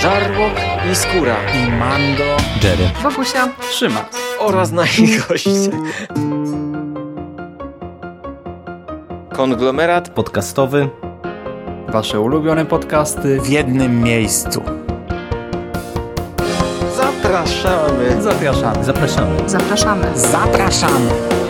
Żarłok i Skóra i Mando, Jerry, Wokusia, Szymas oraz nasi goście. Konglomerat podcastowy. Wasze ulubione podcasty w jednym miejscu. Zapraszamy. Zapraszamy. Zapraszamy. zapraszamy. Zapraszamy.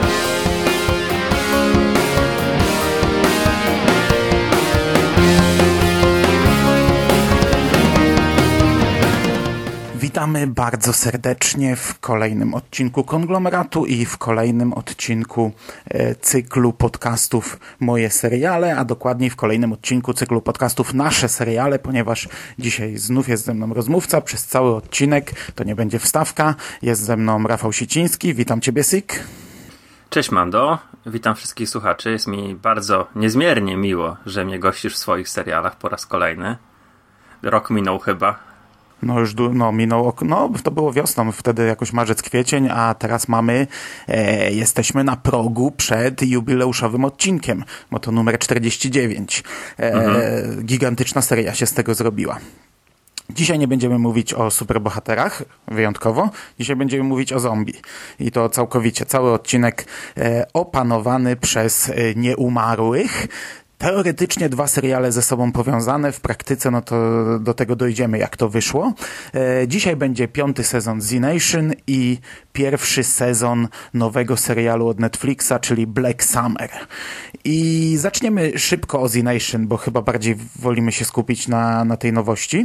Witamy bardzo serdecznie w kolejnym odcinku Konglomeratu i w kolejnym odcinku cyklu podcastów Moje Seriale, a dokładniej w kolejnym odcinku cyklu podcastów Nasze Seriale, ponieważ dzisiaj znów jest ze mną rozmówca przez cały odcinek, to nie będzie wstawka, jest ze mną Rafał Siciński, witam Ciebie, Sik. Cześć Mando, witam wszystkich słuchaczy, jest mi bardzo niezmiernie miło, że mnie gościsz w swoich serialach po raz kolejny. Rok minął chyba. No już minął, to było wiosną, wtedy jakoś marzec, kwiecień, a teraz jesteśmy na progu przed jubileuszowym odcinkiem, bo to numer 49. Gigantyczna seria się z tego zrobiła. Dzisiaj nie będziemy mówić o superbohaterach, wyjątkowo. Dzisiaj będziemy mówić o zombie. I to całkowicie, cały odcinek opanowany przez nieumarłych. Teoretycznie dwa seriale ze sobą powiązane, w praktyce no to do tego dojdziemy, jak to wyszło. Dzisiaj będzie 5. sezon Z-Nation i pierwszy sezon nowego serialu od Netflixa, czyli Black Summer. I zaczniemy szybko o Z-Nation, bo chyba bardziej wolimy się skupić na tej nowości.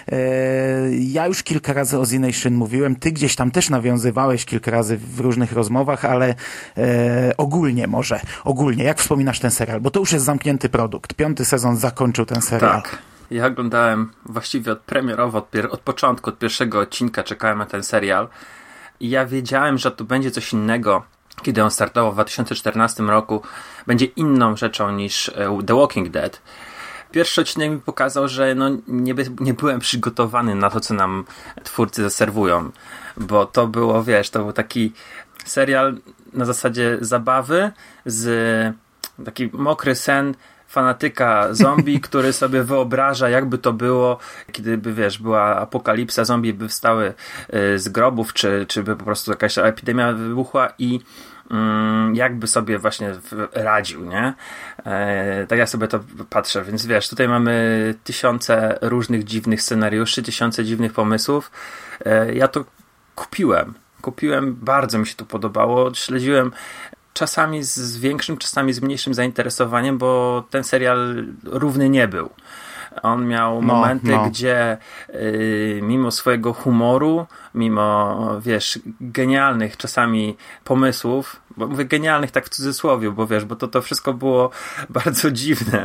Ja już kilka razy o Z-Nation mówiłem, ty gdzieś tam też nawiązywałeś kilka razy w różnych rozmowach, ale ogólnie, jak wspominasz ten serial? Bo to już jest zamknięty produkt. 5. sezon zakończył ten serial. Tak. Ja oglądałem właściwie od początku, od pierwszego odcinka czekałem na ten serial i ja wiedziałem, że to będzie coś innego, kiedy on startował w 2014 roku. Będzie inną rzeczą niż The Walking Dead. Pierwszy odcinek mi pokazał, że nie byłem przygotowany na to, co nam twórcy zaserwują, bo to było, to był taki serial na zasadzie zabawy z taki mokry sen fanatyka zombie, który sobie wyobraża, jakby to było, kiedyby, była apokalipsa, zombie by wstały z grobów, czy by po prostu jakaś epidemia wybuchła i jakby sobie właśnie radził, nie? Tak ja sobie to patrzę, więc tutaj mamy tysiące różnych dziwnych scenariuszy, tysiące dziwnych pomysłów. Ja to kupiłem, bardzo mi się to podobało, śledziłem czasami z większym, czasami z mniejszym zainteresowaniem, bo ten serial równy nie był. On miał momenty, gdzie mimo swojego humoru, mimo, genialnych czasami pomysłów, bo mówię genialnych tak w cudzysłowie, bo to wszystko było bardzo dziwne.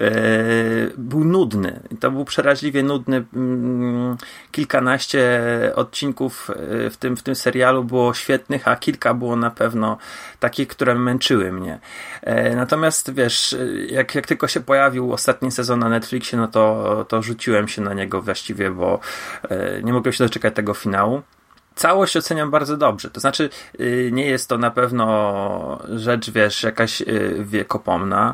Był nudny. To był przeraźliwie nudny. Kilkanaście odcinków w tym serialu było świetnych, a kilka było na pewno takich, które męczyły mnie. Natomiast jak tylko się pojawił ostatni sezon na Netflixie, no to rzuciłem się na niego właściwie, bo nie mogłem się doczekać tego finału. Całość oceniam bardzo dobrze. To znaczy, nie jest to na pewno rzecz, jakaś wiekopomna,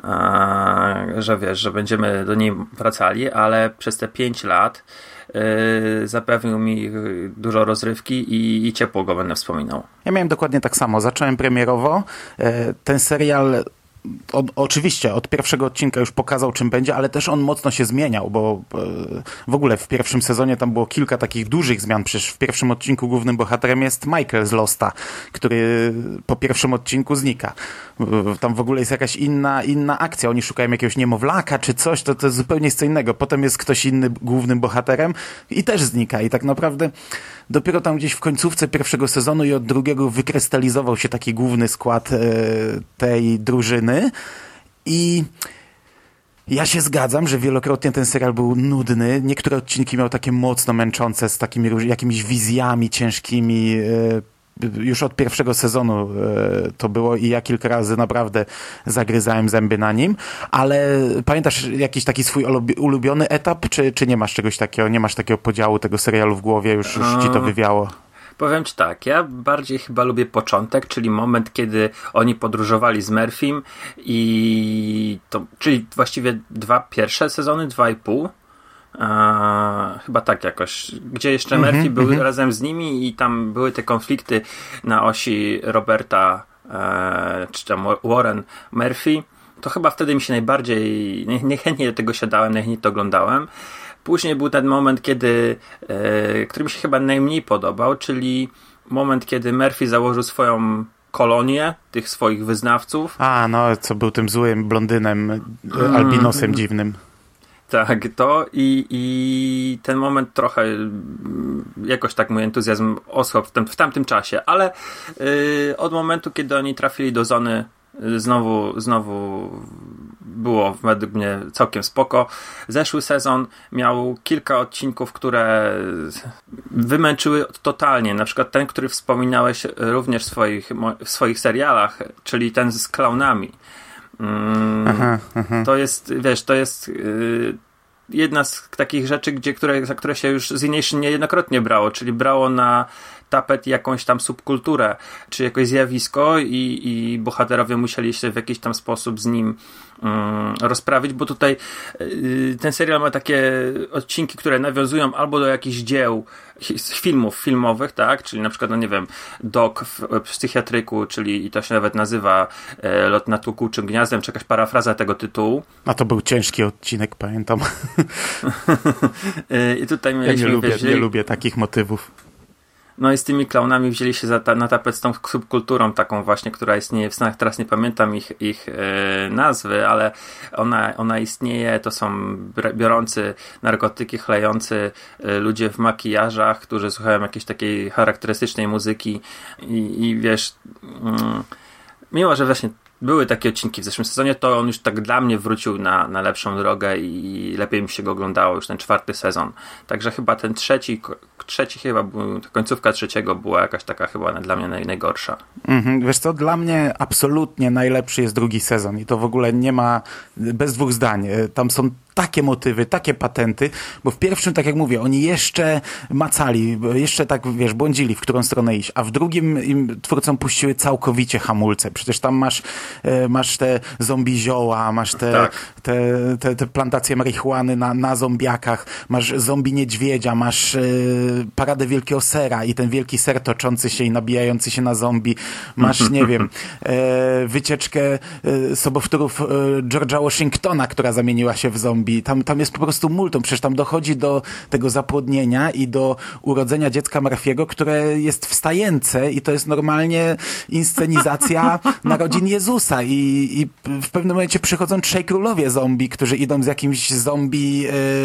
że będziemy do niej wracali, ale przez te 5 lat zapewnił mi dużo rozrywki i ciepło go będę wspominał. Ja miałem dokładnie tak samo. Zacząłem premierowo. Ten serial oczywiście od pierwszego odcinka już pokazał, czym będzie, ale też on mocno się zmieniał, bo w ogóle w pierwszym sezonie tam było kilka takich dużych zmian. Przecież w pierwszym odcinku głównym bohaterem jest Michael z Losta, który po pierwszym odcinku znika. Tam w ogóle jest jakaś inna akcja. Oni szukają jakiegoś niemowlaka czy coś, to jest zupełnie co innego. Potem jest ktoś inny głównym bohaterem i też znika. I tak naprawdę dopiero tam gdzieś w końcówce pierwszego sezonu i od drugiego wykrystalizował się taki główny skład tej drużyny. I ja się zgadzam, że wielokrotnie ten serial był nudny. Niektóre odcinki miał takie mocno męczące z takimi jakimiś wizjami ciężkimi. Już od pierwszego sezonu to było i ja kilka razy naprawdę zagryzałem zęby na nim, ale pamiętasz jakiś taki swój ulubiony etap, czy nie masz czegoś takiego, nie masz takiego podziału tego serialu w głowie, już ci to wywiało? Powiem ci tak, ja bardziej chyba lubię początek, czyli moment, kiedy oni podróżowali z Murphym czyli właściwie 2 pierwsze sezony, 2,5 chyba tak jakoś, gdzie jeszcze Murphy był razem z nimi i tam były te konflikty na osi Roberta czy tam Warren Murphy. To chyba wtedy mi się najbardziej, niechętnie do tego siadałem, niechętnie to oglądałem. Później był ten moment, który mi się chyba najmniej podobał, czyli moment, kiedy Murphy założył swoją kolonię tych swoich wyznawców. No, co był tym złym blondynem, albinosem dziwnym. Tak, to i ten moment trochę jakoś tak mój entuzjazm osłabł w tamtym czasie, ale od momentu, kiedy oni trafili do zony, znowu było według mnie całkiem spoko. Zeszły sezon miał kilka odcinków, które wymęczyły totalnie. Na przykład ten, który wspominałeś również w swoich serialach, czyli ten z klaunami. To jest, wiesz, jedna z takich rzeczy, za które się już z innej niejednokrotnie brało, czyli brało na tapet jakąś tam subkulturę, czy jakieś zjawisko i bohaterowie musieli się w jakiś tam sposób z nim rozprawić, bo tutaj ten serial ma takie odcinki, które nawiązują albo do jakichś dzieł, filmów filmowych, tak, czyli na przykład, no nie wiem, Doc w psychiatryku, czyli i to się nawet nazywa Lot nad kukułczym gniazdem, czy jakaś parafraza tego tytułu. A to był ciężki odcinek, pamiętam. I tutaj mieliśmy... Nie lubię takich motywów. No i z tymi klaunami wzięli się na tapet z tą subkulturą taką właśnie, która istnieje w Stanach. Teraz nie pamiętam ich nazwy, ale ona istnieje. To są biorący narkotyki, chlejący ludzie w makijażach, którzy słuchają jakiejś takiej charakterystycznej muzyki i wiesz, mimo że właśnie były takie odcinki w zeszłym sezonie, to on już tak dla mnie wrócił na lepszą drogę i lepiej mi się go oglądało, już ten 4. sezon. Także chyba ten trzeci chyba był, końcówka 3 była jakaś taka chyba dla mnie najgorsza. Wiesz co, dla mnie absolutnie najlepszy jest 2. sezon i to w ogóle nie ma, bez dwóch zdań. Tam są takie motywy, takie patenty, bo w pierwszym, tak jak mówię, oni jeszcze macali, jeszcze tak, wiesz, błądzili, w którą stronę iść, a w drugim im twórcom puściły całkowicie hamulce. Przecież tam masz te zombie zioła, masz te plantacje marihuany na zombiakach, masz zombie niedźwiedzia, masz paradę wielkiego sera i ten wielki ser toczący się i nabijający się na zombie, masz, nie wiem, wycieczkę sobowtórów George'a Washingtona, która zamieniła się w zombie. Tam jest po prostu multum. Przecież tam dochodzi do tego zapłodnienia i do urodzenia dziecka Murphy'ego, które jest w stajence i to jest normalnie inscenizacja narodzin Jezusa i w pewnym momencie przychodzą 3 królowie zombie, którzy idą z jakimś zombie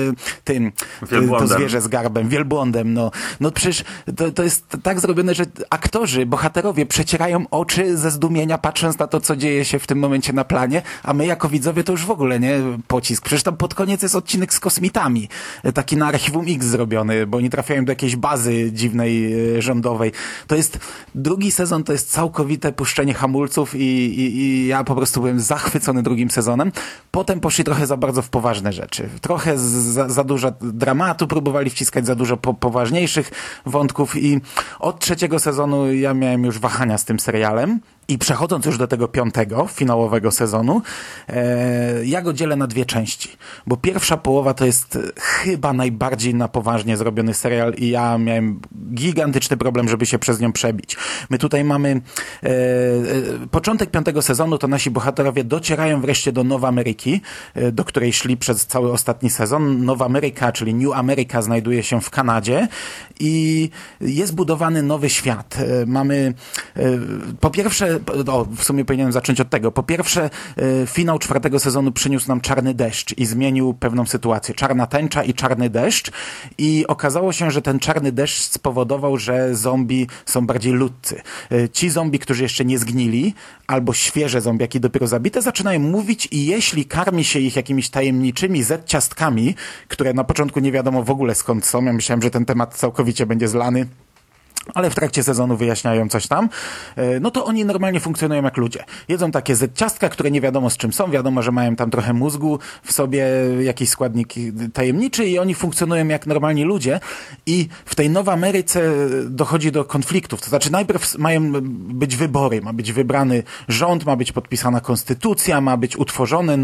to zwierzę z garbem, wielbłądem. No przecież to jest tak zrobione, że aktorzy, bohaterowie przecierają oczy ze zdumienia, patrząc na to, co dzieje się w tym momencie na planie, a my jako widzowie to już w ogóle, nie? Pocisk. Przecież tam pod koniec jest odcinek z kosmitami. Taki na Archiwum X zrobiony, bo oni trafiają do jakiejś bazy dziwnej, rządowej. To jest 2. sezon, to jest całkowite puszczenie hamulców i ja po prostu byłem zachwycony 2. sezonem. Potem poszli trochę za bardzo w poważne rzeczy. Trochę za dużo dramatu próbowali wciskać, za dużo poważniejszych wątków i od 3. sezonu ja miałem już wahania z tym serialem. I przechodząc już do tego 5. finałowego sezonu, ja go dzielę na 2 części, bo pierwsza połowa to jest chyba najbardziej na poważnie zrobiony serial i ja miałem gigantyczny problem, żeby się przez nią przebić. My tutaj mamy początek 5. sezonu, to nasi bohaterowie docierają wreszcie do Nowej Ameryki, do której szli przez cały ostatni sezon. Nowa Ameryka, czyli New America, znajduje się w Kanadzie i jest budowany nowy świat. Mamy po pierwsze, w sumie powinienem zacząć od tego. Po pierwsze, finał 4. sezonu przyniósł nam czarny deszcz i zmienił pewną sytuację. Czarna tęcza i czarny deszcz i okazało się, że ten czarny deszcz spowodował, że zombie są bardziej ludcy. Ci zombie, którzy jeszcze nie zgnili, albo świeże zombiaki dopiero zabite, zaczynają mówić i jeśli karmi się ich jakimiś tajemniczymi Z-ciastkami, które na początku nie wiadomo w ogóle skąd są, ja myślałem, że ten temat całkowicie będzie zlany, ale w trakcie sezonu wyjaśniają coś tam, no to oni normalnie funkcjonują jak ludzie. Jedzą takie ciastka, które nie wiadomo z czym są, wiadomo, że mają tam trochę mózgu w sobie, jakiś składnik tajemniczy i oni funkcjonują jak normalni ludzie i w tej Nowej Ameryce dochodzi do konfliktów. To znaczy najpierw mają być wybory, ma być wybrany rząd, ma być podpisana konstytucja, ma być utworzony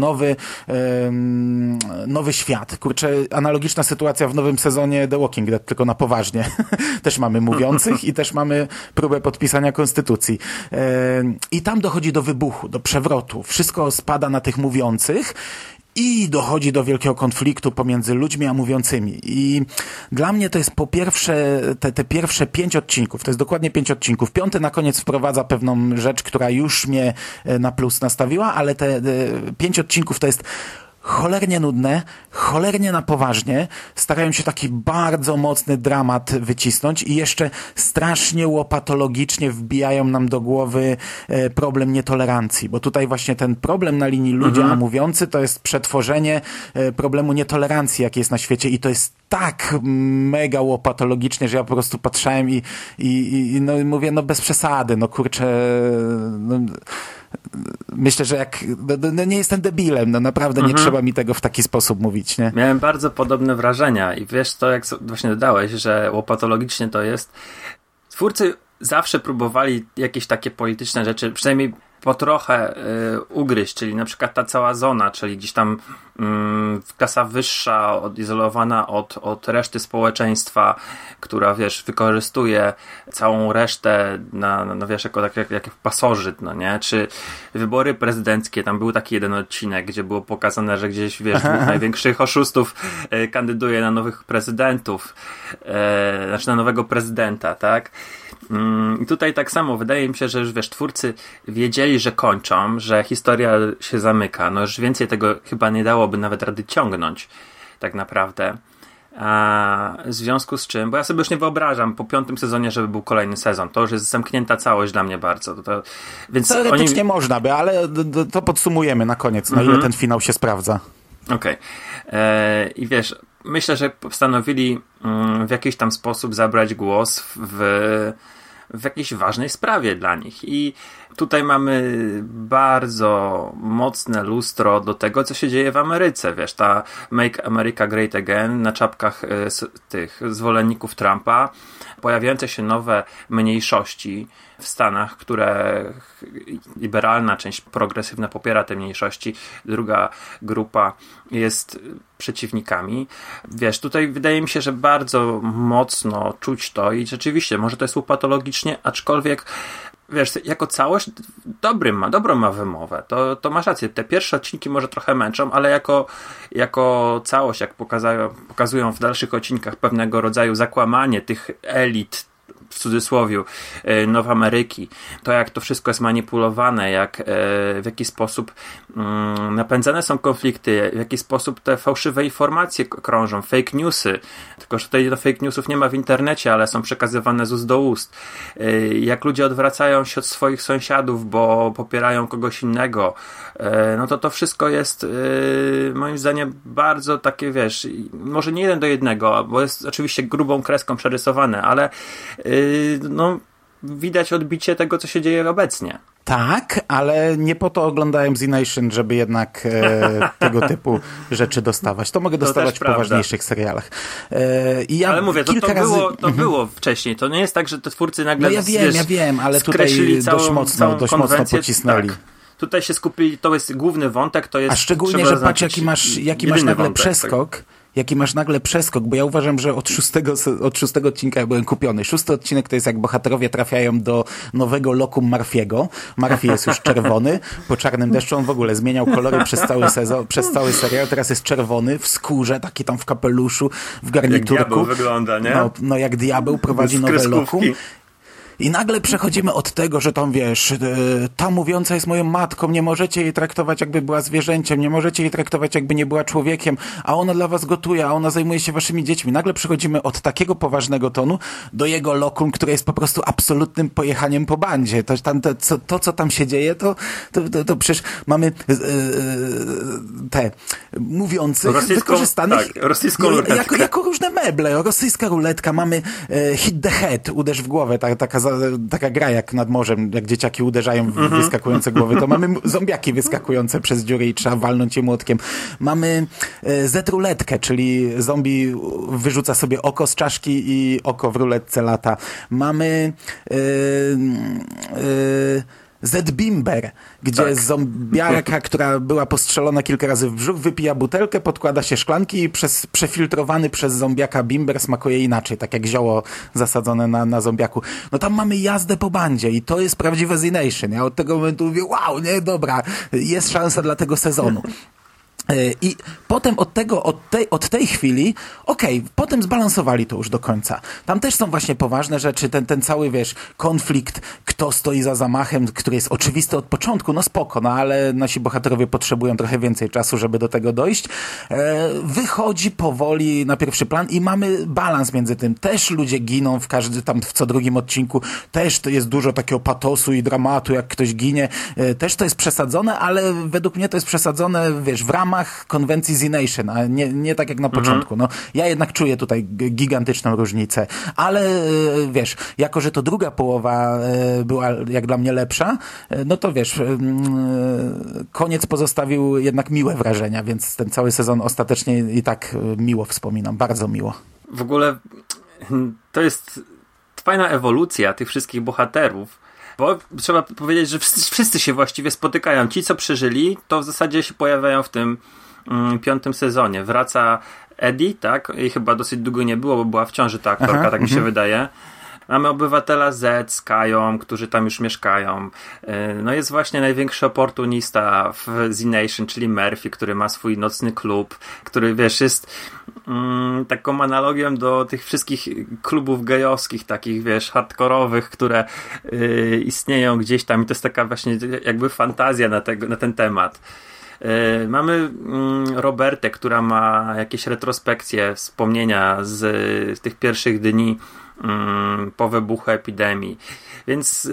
nowy świat. Kurczę, analogiczna sytuacja w nowym sezonie The Walking Dead, tylko na poważnie. Też mamy mówiących i też mamy próbę podpisania konstytucji. I tam dochodzi do wybuchu, do przewrotu. Wszystko spada na tych mówiących i dochodzi do wielkiego konfliktu pomiędzy ludźmi a mówiącymi. I dla mnie to jest po pierwsze te pierwsze 5 odcinków. To jest dokładnie 5 odcinków. 5 na koniec wprowadza pewną rzecz, która już mnie na plus nastawiła, ale te 5 odcinków to jest cholernie nudne, cholernie na poważnie, starają się taki bardzo mocny dramat wycisnąć i jeszcze strasznie łopatologicznie wbijają nam do głowy problem nietolerancji, bo tutaj właśnie ten problem na linii ludzie a mówiący to jest przetworzenie problemu nietolerancji, jaki jest na świecie i to jest tak mega łopatologicznie, że ja po prostu patrzyłem i no mówię, no bez przesady, no kurczę, no, myślę, że no nie jestem debilem, no naprawdę nie trzeba mi tego w taki sposób mówić, nie? Miałem bardzo podobne wrażenia i wiesz to, jak właśnie dodałeś, że łopatologicznie to jest. Twórcy zawsze próbowali jakieś takie polityczne rzeczy, przynajmniej po trochę ugryźć, czyli na przykład ta cała zona, czyli gdzieś tam klasa wyższa, odizolowana od reszty społeczeństwa, która, wiesz, wykorzystuje całą resztę no wiesz, jak pasożyt, no nie? Czy wybory prezydenckie, tam był taki jeden odcinek, gdzie było pokazane, że gdzieś, wiesz, dwóch największych oszustów kandyduje na nowych prezydentów, znaczy na nowego prezydenta, tak? I tutaj tak samo, wydaje mi się, że już, wiesz, twórcy wiedzieli, że kończą, że historia się zamyka, no już więcej tego chyba nie dałoby nawet rady ciągnąć, tak naprawdę. A w związku z czym, bo ja sobie już nie wyobrażam po 5. sezonie, żeby był kolejny sezon. To już jest zamknięta całość dla mnie bardzo. Więc teoretycznie można by, ale to podsumujemy na koniec, na ile ten finał się sprawdza. Okej. I wiesz, myślę, że postanowili w jakiś tam sposób zabrać głos w jakiejś ważnej sprawie dla nich. I tutaj mamy bardzo mocne lustro do tego, co się dzieje w Ameryce. Wiesz, ta Make America Great Again na czapkach tych zwolenników Trumpa, pojawiające się nowe mniejszości w Stanach, które liberalna część progresywna popiera te mniejszości, druga grupa jest przeciwnikami. Wiesz, tutaj wydaje mi się, że bardzo mocno czuć to i rzeczywiście, może to jest łopatologicznie, aczkolwiek wiesz, jako całość dobrą ma wymowę. To masz rację. Te pierwsze odcinki może trochę męczą, ale jako całość, jak pokazują w dalszych odcinkach pewnego rodzaju zakłamanie tych elit, w cudzysłowiu, Nowej Ameryki, to jak to wszystko jest manipulowane, jak w jaki sposób napędzane są konflikty, w jaki sposób te fałszywe informacje krążą, fake newsy, tylko że tutaj fake newsów nie ma w internecie, ale są przekazywane z ust do ust, jak ludzie odwracają się od swoich sąsiadów, bo popierają kogoś innego, no to wszystko jest moim zdaniem bardzo takie, wiesz, może nie 1:1, bo jest oczywiście grubą kreską przerysowane, ale no widać odbicie tego, co się dzieje obecnie. Tak, ale nie po to oglądałem Z Nation, żeby jednak tego typu rzeczy dostawać. To mogę dostawać w poważniejszych serialach. Ale mówię, to było wcześniej. To nie jest tak, że te twórcy nagle no ja wiem, ale tutaj dość mocno pocisnęli. Tak. Tutaj się skupili, to jest główny wątek, to jest... A szczególnie, że patrz, jaki masz nagle wątek, przeskok. Tak. Jaki masz nagle przeskok, bo ja uważam, że od szóstego odcinka ja byłem kupiony. 6. odcinek to jest jak bohaterowie trafiają do nowego lokum Murphy'ego. Murphy jest już czerwony, po czarnym deszczu on w ogóle zmieniał kolory przez cały serial, teraz jest czerwony, w skórze, taki tam w kapeluszu, w garniturku. Jak diabeł wygląda, nie? No jak diabeł, prowadzi nowe lokum. I nagle przechodzimy od tego, że tam wiesz, ta mówiąca jest moją matką, nie możecie jej traktować jakby była zwierzęciem, nie możecie jej traktować jakby nie była człowiekiem, a ona dla was gotuje, a ona zajmuje się waszymi dziećmi. Nagle przechodzimy od takiego poważnego tonu do jego lokum, które jest po prostu absolutnym pojechaniem po bandzie. To co tam się dzieje, to przecież mamy te mówiących wykorzystanych rosyjską ruletkę. Jako różne meble. Rosyjska ruletka, mamy hit the head, uderz w głowę, taka gra jak nad morzem, jak dzieciaki uderzają w wyskakujące głowy, to mamy zombiaki wyskakujące przez dziury i trzeba walnąć je młotkiem. Mamy Z-ruletkę, czyli zombie wyrzuca sobie oko z czaszki i oko w ruletce lata. Mamy Z-bimber, gdzie zombiarka, która była postrzelona kilka razy w brzuch, wypija butelkę, podkłada się szklanki i przefiltrowany przez zombiaka bimber smakuje inaczej, tak jak zioło zasadzone na zombiaku. No tam mamy jazdę po bandzie i to jest prawdziwe Z-Nation. Ja od tego momentu mówię, wow, nie, dobra, jest szansa dla tego sezonu. I potem od tej chwili, potem zbalansowali to już do końca. Tam też są właśnie poważne rzeczy, ten cały, wiesz, konflikt, kto stoi za zamachem, który jest oczywisty od początku, no spoko, no ale nasi bohaterowie potrzebują trochę więcej czasu, żeby do tego dojść. Wychodzi powoli na pierwszy plan i mamy balans między tym. Też ludzie giną w co drugim odcinku, też to jest dużo takiego patosu i dramatu, jak ktoś ginie. Też to jest przesadzone, ale według mnie to jest przesadzone, wiesz, w ramach konwencji Z-Nation, a nie tak jak na początku. No, ja jednak czuję tutaj gigantyczną różnicę, ale wiesz, jako że to druga połowa była jak dla mnie lepsza, no to wiesz, koniec pozostawił jednak miłe wrażenia, więc ten cały sezon ostatecznie i tak miło wspominam, bardzo miło. W ogóle to jest fajna ewolucja tych wszystkich bohaterów, bo trzeba powiedzieć, że wszyscy się właściwie spotykają. Ci, co przeżyli, to w zasadzie się pojawiają w tym 5. sezonie. Wraca Eddie, tak? I chyba dosyć długo nie było, bo była w ciąży ta aktorka, tak mi się wydaje. Mamy obywatela Z z Kają, którzy tam już mieszkają. No jest właśnie największy oportunista w Z-Nation, czyli Murphy, który ma swój nocny klub, który, wiesz, jest taką analogią do tych wszystkich klubów gejowskich, takich, wiesz, hardkorowych, które istnieją gdzieś tam i to jest taka właśnie jakby fantazja na ten temat. Mamy Robertę, która ma jakieś retrospekcje, wspomnienia z tych pierwszych dni po wybuchu epidemii. Więc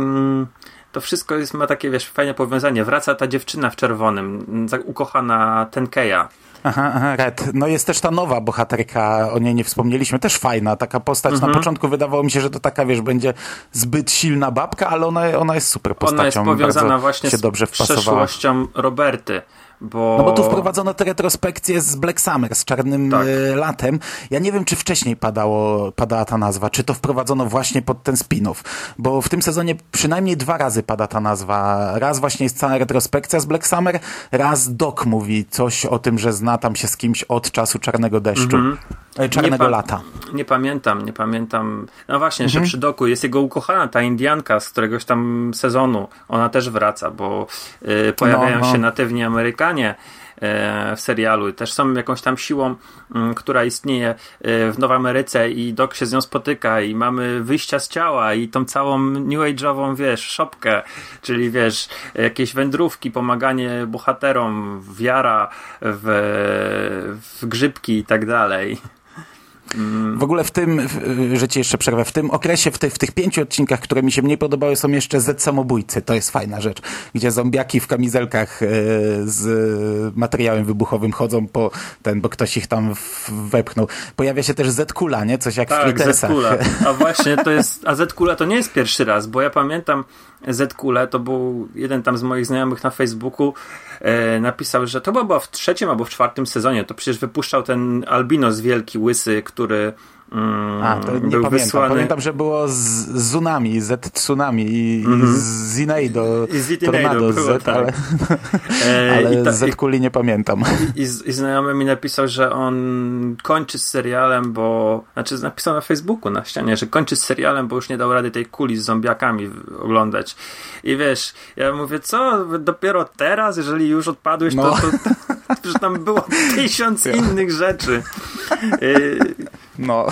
to wszystko ma takie, wiesz, fajne powiązanie. Wraca ta dziewczyna w czerwonym, ukochana Tenkeja. Aha, Red. No jest też ta nowa bohaterka, o niej nie wspomnieliśmy, też fajna, taka postać. Na początku wydawało mi się, że to taka, wiesz, będzie zbyt silna babka, ale ona jest super postacią. Ona jest powiązana bardzo właśnie się dobrze z przeszłością Roberty. No bo tu wprowadzono te retrospekcje z Black Summer, z Czarnym Latem. Ja nie wiem, czy wcześniej padała ta nazwa, czy to wprowadzono właśnie pod ten spin-off, bo w tym sezonie przynajmniej 2 razy pada ta nazwa. Raz właśnie jest cała retrospekcja z Black Summer, raz Doc mówi coś o tym, że zna tam się z kimś od czasu Czarnego Deszczu. Czarnego Lata. Nie pamiętam. No właśnie, że przy Docu jest jego ukochana, ta Indianka z któregoś tam sezonu. Ona też wraca, bo pojawiają się natywni Amerykanie w serialu. Też są jakąś tam siłą, która istnieje w Nowej Ameryce i Doc się z nią spotyka i mamy wyjścia z ciała i tą całą new age'ową, wiesz, szopkę, czyli wiesz, jakieś wędrówki, pomaganie bohaterom, wiara w grzybki i tak dalej. W ogóle że ci jeszcze przerwę, w tym okresie, w tych 5 odcinkach, które mi się mniej podobały, są jeszcze Z-samobójcy. To jest fajna rzecz, gdzie zombiaki w kamizelkach z materiałem wybuchowym chodzą bo ktoś ich tam wepchnął. Pojawia się też Z-kula, nie? Coś jak w Flittersach. Z-kula. A właśnie, a Z-kula to nie jest pierwszy raz, bo ja pamiętam Z-kulę, to był jeden tam z moich znajomych na Facebooku, napisał, że to było w 3. albo w 4. sezonie, to przecież wypuszczał ten albinos wielki, łysy, który był wysłany. Pamiętam, że było z Tsunami, Z-Tsunami i z Ineido, Tornado Z, tak. ale Z-kuli nie pamiętam. I znajomy mi napisał, że on kończy z serialem, napisał na Facebooku, na ścianie, że kończy z serialem, bo już nie dał rady tej kuli z zombiakami oglądać. I wiesz, ja mówię, co? Dopiero teraz, jeżeli już odpadłeś, to że tam było 1000 innych rzeczy. No,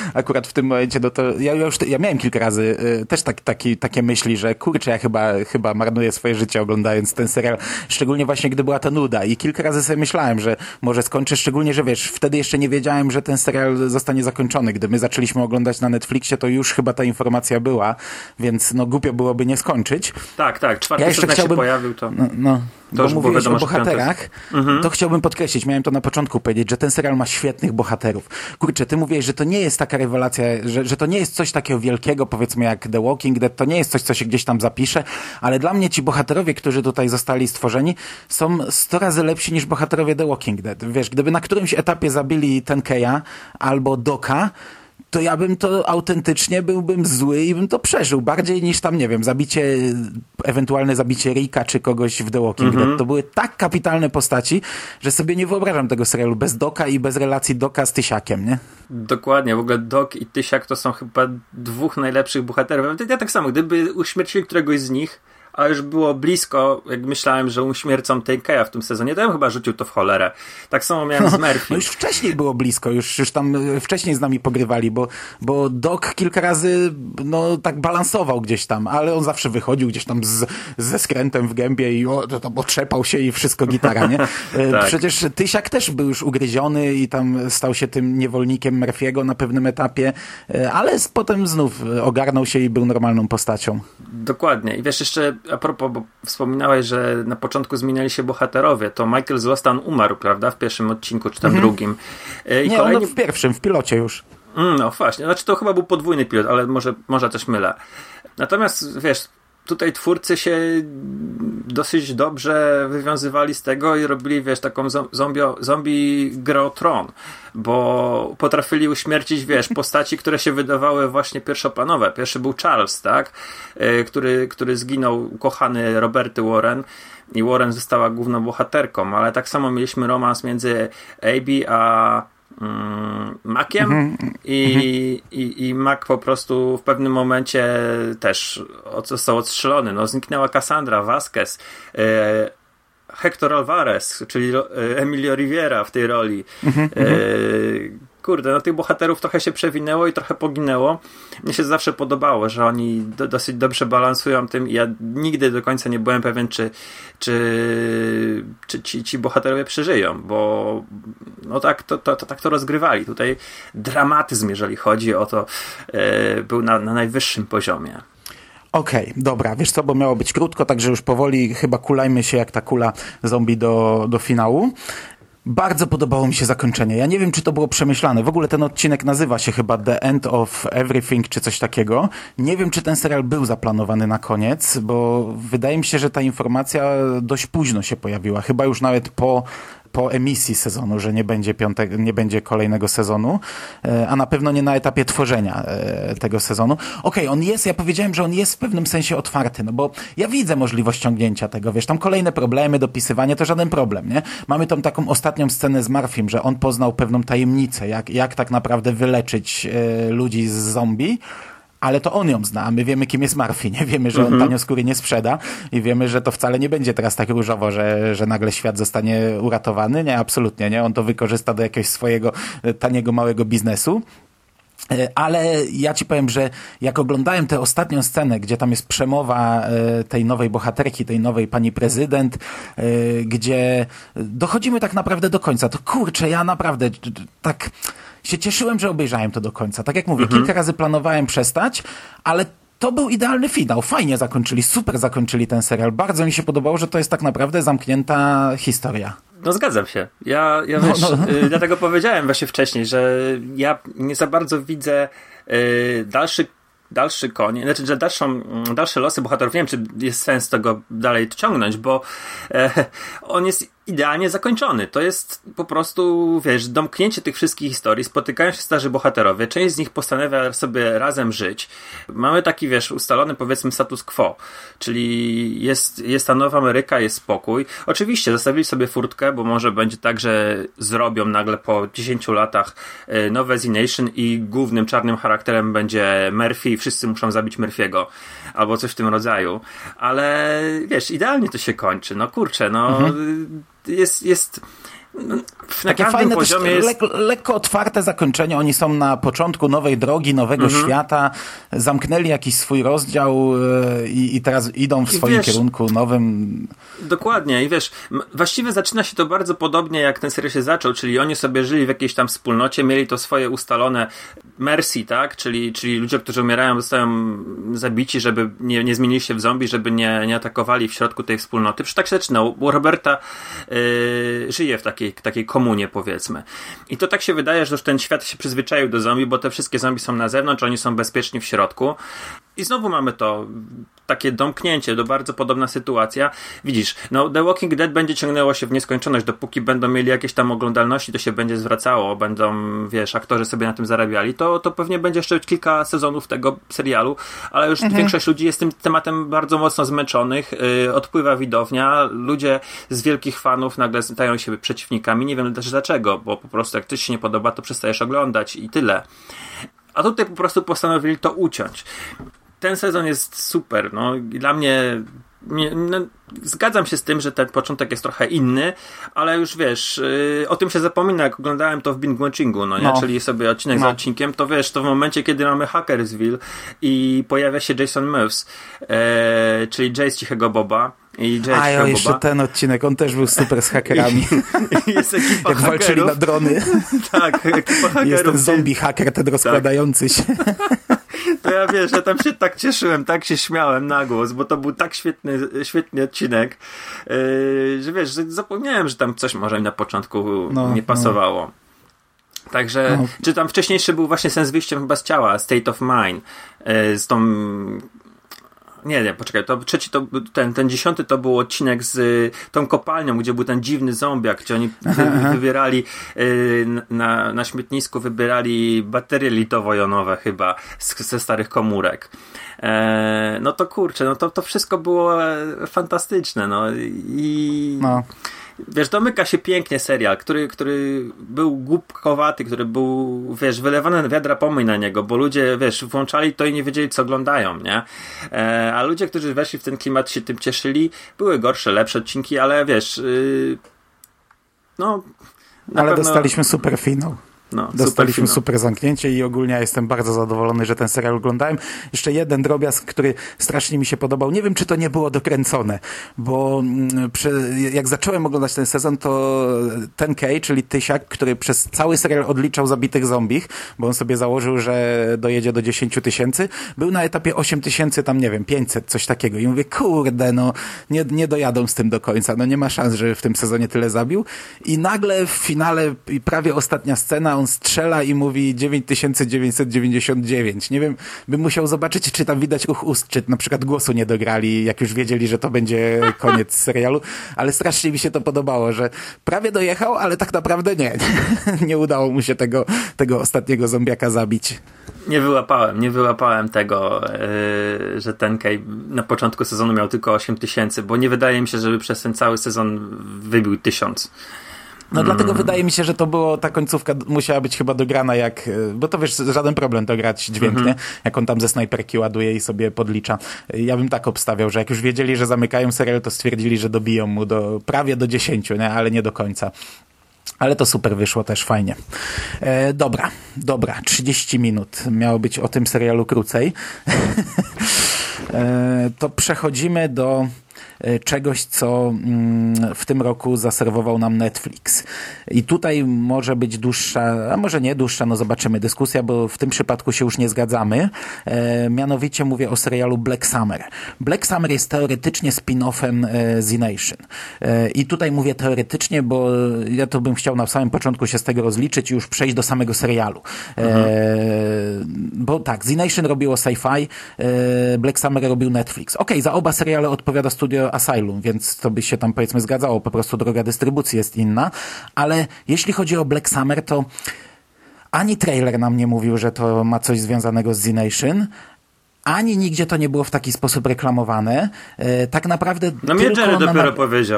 akurat w tym momencie, no to ja miałem kilka razy też takie myśli, że kurczę, ja chyba marnuję swoje życie oglądając ten serial, szczególnie właśnie gdy była ta nuda i kilka razy sobie myślałem, że może skończę, szczególnie, że wiesz, wtedy jeszcze nie wiedziałem, że ten serial zostanie zakończony. Gdy my zaczęliśmy oglądać na Netflixie, to już chyba ta informacja była, więc no głupio byłoby nie skończyć. Tak, czwarty sezon się pojawił, to... To bo mówiłeś o bohaterach, to chciałbym podkreślić, miałem to na początku powiedzieć, że ten serial ma świetnych bohaterów. Kurczę, ty mówiłeś, że to nie jest taka rewelacja, że to nie jest coś takiego wielkiego, powiedzmy jak The Walking Dead, to nie jest coś, co się gdzieś tam zapisze, ale dla mnie ci bohaterowie, którzy tutaj zostali stworzeni, są 100 razy lepsi niż bohaterowie The Walking Dead. Wiesz, gdyby na którymś etapie zabili Tenkeya albo Doka, to ja bym to autentycznie byłbym zły i bym to przeżył. Bardziej niż tam, nie wiem, ewentualne zabicie Ricka czy kogoś w The Walking Dead. To były tak kapitalne postaci, że sobie nie wyobrażam tego serialu bez Doka i bez relacji Doka z Tysiakiem, nie? Dokładnie, w ogóle Dok i Tysiak to są chyba dwóch najlepszych bohaterów. Ja tak samo, gdyby uśmiercili któregoś z nich, a już było blisko, jak myślałem, że uśmiercą Tenkeya w tym sezonie, to ja bym chyba rzucił to w cholerę. Tak samo miałem z Murphy. No już wcześniej było blisko, już tam wcześniej z nami pogrywali, bo Doc kilka razy tak balansował gdzieś tam, ale on zawsze wychodził gdzieś tam ze skrętem w gębie i tam otrzepał się i wszystko gitara, nie? Tak. Przecież Tysiak też był już ugryziony i tam stał się tym niewolnikiem Murphy'ego na pewnym etapie, ale potem znów ogarnął się i był normalną postacią. Dokładnie. I wiesz, jeszcze a propos, bo wspominałeś, że na początku zmieniali się bohaterowie, to Michael Złostan umarł, prawda? W pierwszym odcinku, czy tam drugim. Nie, kolejni... w pierwszym, w pilocie już. No właśnie, znaczy to chyba był podwójny pilot, ale może też mylę. Natomiast, wiesz, tutaj twórcy się dosyć dobrze wywiązywali z tego i robili, wiesz, taką zombie grę o tron, bo potrafili uśmiercić, wiesz, postaci, które się wydawały właśnie pierwszoplanowe. Pierwszy był Charles, tak? Który zginął, ukochany Roberty Warren i Warren została główną bohaterką, ale tak samo mieliśmy romans między Abby a Maciem i Mac po prostu w pewnym momencie też został odstrzelony. No, zniknęła Cassandra Vasquez, Hector Alvarez, czyli Emilio Riviera w tej roli. Kurde, tych bohaterów trochę się przewinęło i trochę poginęło. Mnie się zawsze podobało, że oni dosyć dobrze balansują tym i ja nigdy do końca nie byłem pewien, czy ci bohaterowie przeżyją, bo tak to rozgrywali. Tutaj dramatyzm, jeżeli chodzi o to, był na najwyższym poziomie. Okej, dobra, wiesz co, bo miało być krótko, także już powoli chyba kulajmy się jak ta kula zombie do finału. Bardzo podobało mi się zakończenie. Ja nie wiem, czy to było przemyślane. W ogóle ten odcinek nazywa się chyba The End of Everything, czy coś takiego. Nie wiem, czy ten serial był zaplanowany na koniec, bo wydaje mi się, że ta informacja dość późno się pojawiła. Chyba już nawet po emisji sezonu, że nie będzie kolejnego sezonu, a na pewno nie na etapie tworzenia tego sezonu. Okej, ja powiedziałem, że on jest w pewnym sensie otwarty, no bo ja widzę możliwość ciągnięcia tego, wiesz, tam kolejne problemy, dopisywanie, to żaden problem, nie? Mamy tą taką ostatnią scenę z Murphym, że on poznał pewną tajemnicę, jak tak naprawdę wyleczyć ludzi z zombie, ale to on ją zna, a my wiemy, kim jest Murphy, nie? Wiemy, że on tanio skóry nie sprzeda i wiemy, że to wcale nie będzie teraz tak różowo, że nagle świat zostanie uratowany. Nie, absolutnie, nie? On to wykorzysta do jakiegoś swojego taniego, małego biznesu. Ale ja ci powiem, że jak oglądałem tę ostatnią scenę, gdzie tam jest przemowa tej nowej bohaterki, tej nowej pani prezydent, gdzie dochodzimy tak naprawdę do końca, to kurczę, ja naprawdę tak się cieszyłem, że obejrzałem to do końca. Tak jak mówię, kilka razy planowałem przestać, ale to był idealny finał. Fajnie zakończyli, super zakończyli ten serial. Bardzo mi się podobało, że to jest tak naprawdę zamknięta historia. No zgadzam się. Ja dlatego powiedziałem właśnie wcześniej, że ja nie za bardzo widzę dalszy koniec, znaczy, że dalsze losy bohaterów. Nie wiem, czy jest sens tego dalej ciągnąć, bo on jest idealnie zakończony. To jest po prostu, wiesz, domknięcie tych wszystkich historii, spotykają się starzy bohaterowie, część z nich postanawia sobie razem żyć. Mamy taki, wiesz, ustalony, powiedzmy, status quo, czyli jest ta nowa Ameryka, jest spokój. Oczywiście zostawili sobie furtkę, bo może będzie tak, że zrobią nagle po 10 latach nowe Z-Nation i głównym czarnym charakterem będzie Murphy i wszyscy muszą zabić Murphy'ego, albo coś w tym rodzaju. Ale, wiesz, idealnie to się kończy. No kurczę, no jest Na takie każdym fajne, poziomie też jest... lekko otwarte zakończenie. Oni są na początku nowej drogi, nowego świata. Zamknęli jakiś swój rozdział i teraz idą w swoim kierunku nowym. Dokładnie. I wiesz, właściwie zaczyna się to bardzo podobnie, jak ten serial się zaczął, czyli oni sobie żyli w jakiejś tam wspólnocie, mieli to swoje ustalone mercy, tak? Czyli ludzie, którzy umierają, zostają zabici, żeby nie zmienili się w zombie, żeby nie atakowali w środku tej wspólnoty. Przecież tak się zaczyna. U Roberta żyje w takiej komunie, powiedzmy. I to tak się wydaje, że już ten świat się przyzwyczaił do zombie, bo te wszystkie zombie są na zewnątrz, oni są bezpieczni w środku. I znowu mamy to takie domknięcie, bardzo podobna sytuacja. Widzisz, The Walking Dead będzie ciągnęło się w nieskończoność, dopóki będą mieli jakieś tam oglądalności, to się będzie zwracało, będą, aktorzy sobie na tym zarabiali, to pewnie będzie jeszcze kilka sezonów tego serialu, ale już większość ludzi jest tym tematem bardzo mocno zmęczonych, odpływa widownia, ludzie z wielkich fanów nagle stają się przeciwnikami, nie wiem też dlaczego, bo po prostu jak coś się nie podoba, to przestajesz oglądać i tyle. A tutaj po prostu postanowili to uciąć. Ten sezon jest super, dla mnie zgadzam się z tym, że ten początek jest trochę inny, ale już o tym się zapomina, jak oglądałem to w binge-watchingu, czyli sobie odcinek za odcinkiem, to to w momencie, kiedy mamy Hackersville i pojawia się Jason Mewes, czyli Jay z Cichego Boba. Jeszcze ten odcinek, on też był super z hakerami. Jest ekipa jak hakerów. walczyli na drony. Tak, ekipa hakerów. Jest ten zombie haker, ten rozkładający się. To ja ja tam się tak cieszyłem, tak się śmiałem na głos, bo to był tak świetny odcinek, że że zapomniałem, że tam coś może mi na początku nie pasowało. Także, czy tam wcześniejszy był właśnie Sens wyjściem chyba z ciała, State of Mind, z tą... Nie, poczekaj, to trzeci to ten 10 to był odcinek z tą kopalnią, gdzie był ten dziwny zombiak, gdzie oni wybierali na śmietnisku wybierali baterie litowo-jonowe chyba ze starych komórek. To kurczę, to wszystko było fantastyczne, Wiesz, domyka się pięknie serial, który był głupkowaty, który był, wylewane wiadra pomyj na niego, bo ludzie, włączali to i nie wiedzieli, co oglądają, nie? A ludzie, którzy weszli w ten klimat, się tym cieszyli. Były gorsze, lepsze odcinki, ale ale dostaliśmy super finał. Dostaliśmy super zamknięcie i ogólnie ja jestem bardzo zadowolony, że ten serial oglądałem. Jeszcze jeden drobiazg, który strasznie mi się podobał. Nie wiem, czy to nie było dokręcone, bo jak zacząłem oglądać ten sezon, to ten Kay, czyli Tysiak, który przez cały serial odliczał zabitych zombich, bo on sobie założył, że dojedzie do 10 000, był na etapie 8 000, tam nie wiem, 500, coś takiego. I mówię, kurde, nie dojadą z tym do końca. Nie ma szans, żeby w tym sezonie tyle zabił. I nagle w finale, prawie ostatnia scena, on strzela i mówi 9999. Nie wiem, bym musiał zobaczyć, czy tam widać ust, czy na przykład głosu nie dograli, jak już wiedzieli, że to będzie koniec serialu, ale strasznie mi się to podobało, że prawie dojechał, ale tak naprawdę nie udało mu się tego ostatniego zombiaka zabić. Nie wyłapałem tego, że ten Kay na początku sezonu miał tylko 8 000, bo nie wydaje mi się, żeby przez ten cały sezon wybił 1000. Dlatego wydaje mi się, że to było, ta końcówka musiała być chyba dograna bo to żaden problem dograć dźwięk, nie? Jak on tam ze snajperki ładuje i sobie podlicza. Ja bym tak obstawiał, że jak już wiedzieli, że zamykają serial, to stwierdzili, że dobiją mu prawie do 10, nie? Ale nie do końca. Ale to super wyszło też, fajnie. Dobra, 30 minut. Miało być o tym serialu krócej. To przechodzimy do czegoś, co w tym roku zaserwował nam Netflix. I tutaj może być dłuższa, a może nie dłuższa, zobaczymy, dyskusja, bo w tym przypadku się już nie zgadzamy. Mianowicie mówię o serialu Black Summer. Black Summer jest teoretycznie spin-offem Z-Nation. I tutaj mówię teoretycznie, bo ja to bym chciał na samym początku się z tego rozliczyć i już przejść do samego serialu. Bo tak, Z-Nation robiło Sci-Fi, Black Summer robił Netflix. Okej, za oba seriale odpowiada studio Asylum, więc to by się tam powiedzmy zgadzało, po prostu droga dystrybucji jest inna, ale jeśli chodzi o Black Summer, to ani trailer nam nie mówił, że to ma coś związanego z Z-Nation, ani nigdzie to nie było w taki sposób reklamowane. Tak naprawdę mnie Jerry dopiero powiedział.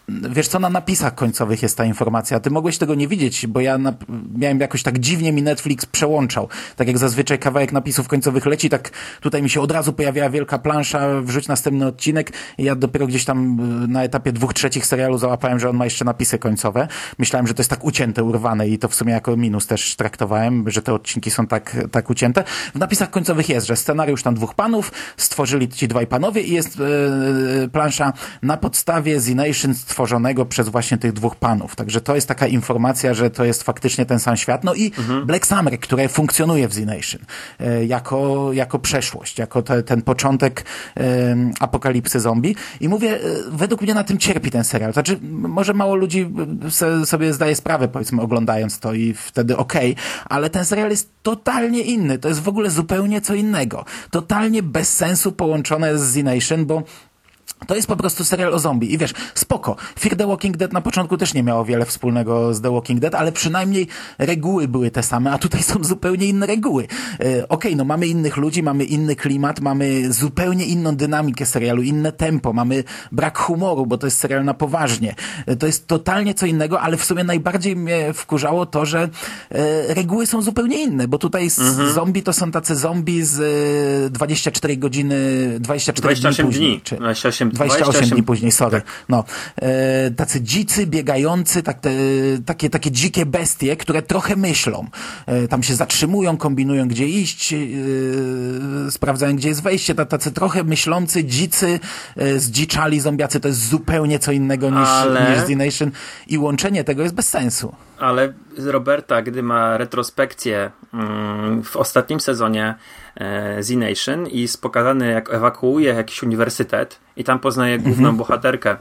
wiesz co, na napisach końcowych jest ta informacja. Ty mogłeś tego nie widzieć, bo ja miałem jakoś tak dziwnie mi Netflix przełączał. Tak jak zazwyczaj kawałek napisów końcowych leci, tak tutaj mi się od razu pojawiała wielka plansza, wrzuć następny odcinek i ja dopiero gdzieś tam na etapie 2/3 serialu załapałem, że on ma jeszcze napisy końcowe. Myślałem, że to jest tak ucięte, urwane i to w sumie jako minus też traktowałem, że te odcinki są tak ucięte. W napisach końcowych jest, że scenariusz tam 2 panów, stworzyli ci 2 panowie i jest plansza na podstawie Z Nation stworzonego przez właśnie tych 2 panów. Także to jest taka informacja, że to jest faktycznie ten sam świat. No i Black Summer, które funkcjonuje w Z Nation jako przeszłość, jako ten początek apokalipsy zombie. I mówię, według mnie na tym cierpi ten serial. Znaczy, może mało ludzi sobie zdaje sprawę, powiedzmy, oglądając to i wtedy okej, ale ten serial jest totalnie inny. To jest w ogóle zupełnie co innego. Totalnie bez sensu połączone z Z Nation, bo to jest po prostu serial o zombie. I wiesz, spoko. Fear the Walking Dead na początku też nie miało wiele wspólnego z The Walking Dead, ale przynajmniej reguły były te same, a tutaj są zupełnie inne reguły. Okej, no mamy innych ludzi, mamy inny klimat, mamy zupełnie inną dynamikę serialu, inne tempo, mamy brak humoru, bo to jest serial na poważnie. To jest totalnie co innego, ale w sumie najbardziej mnie wkurzało to, że reguły są zupełnie inne, bo tutaj zombie to są tacy zombie z 24 godziny, 28 dni później. 28 dni później, sorry. No, tacy dzicy, biegający, takie dzikie bestie, które trochę myślą. Tam się zatrzymują, kombinują, gdzie iść, sprawdzają, gdzie jest wejście. Tacy trochę myślący, dzicy, zdziczali zombiacy. To jest zupełnie co innego niż The Nation i łączenie tego jest bez sensu. Ale Roberta, gdy ma retrospekcję w ostatnim sezonie Z Nation i jest pokazany, jak ewakuuje jakiś uniwersytet i tam poznaje główną bohaterkę,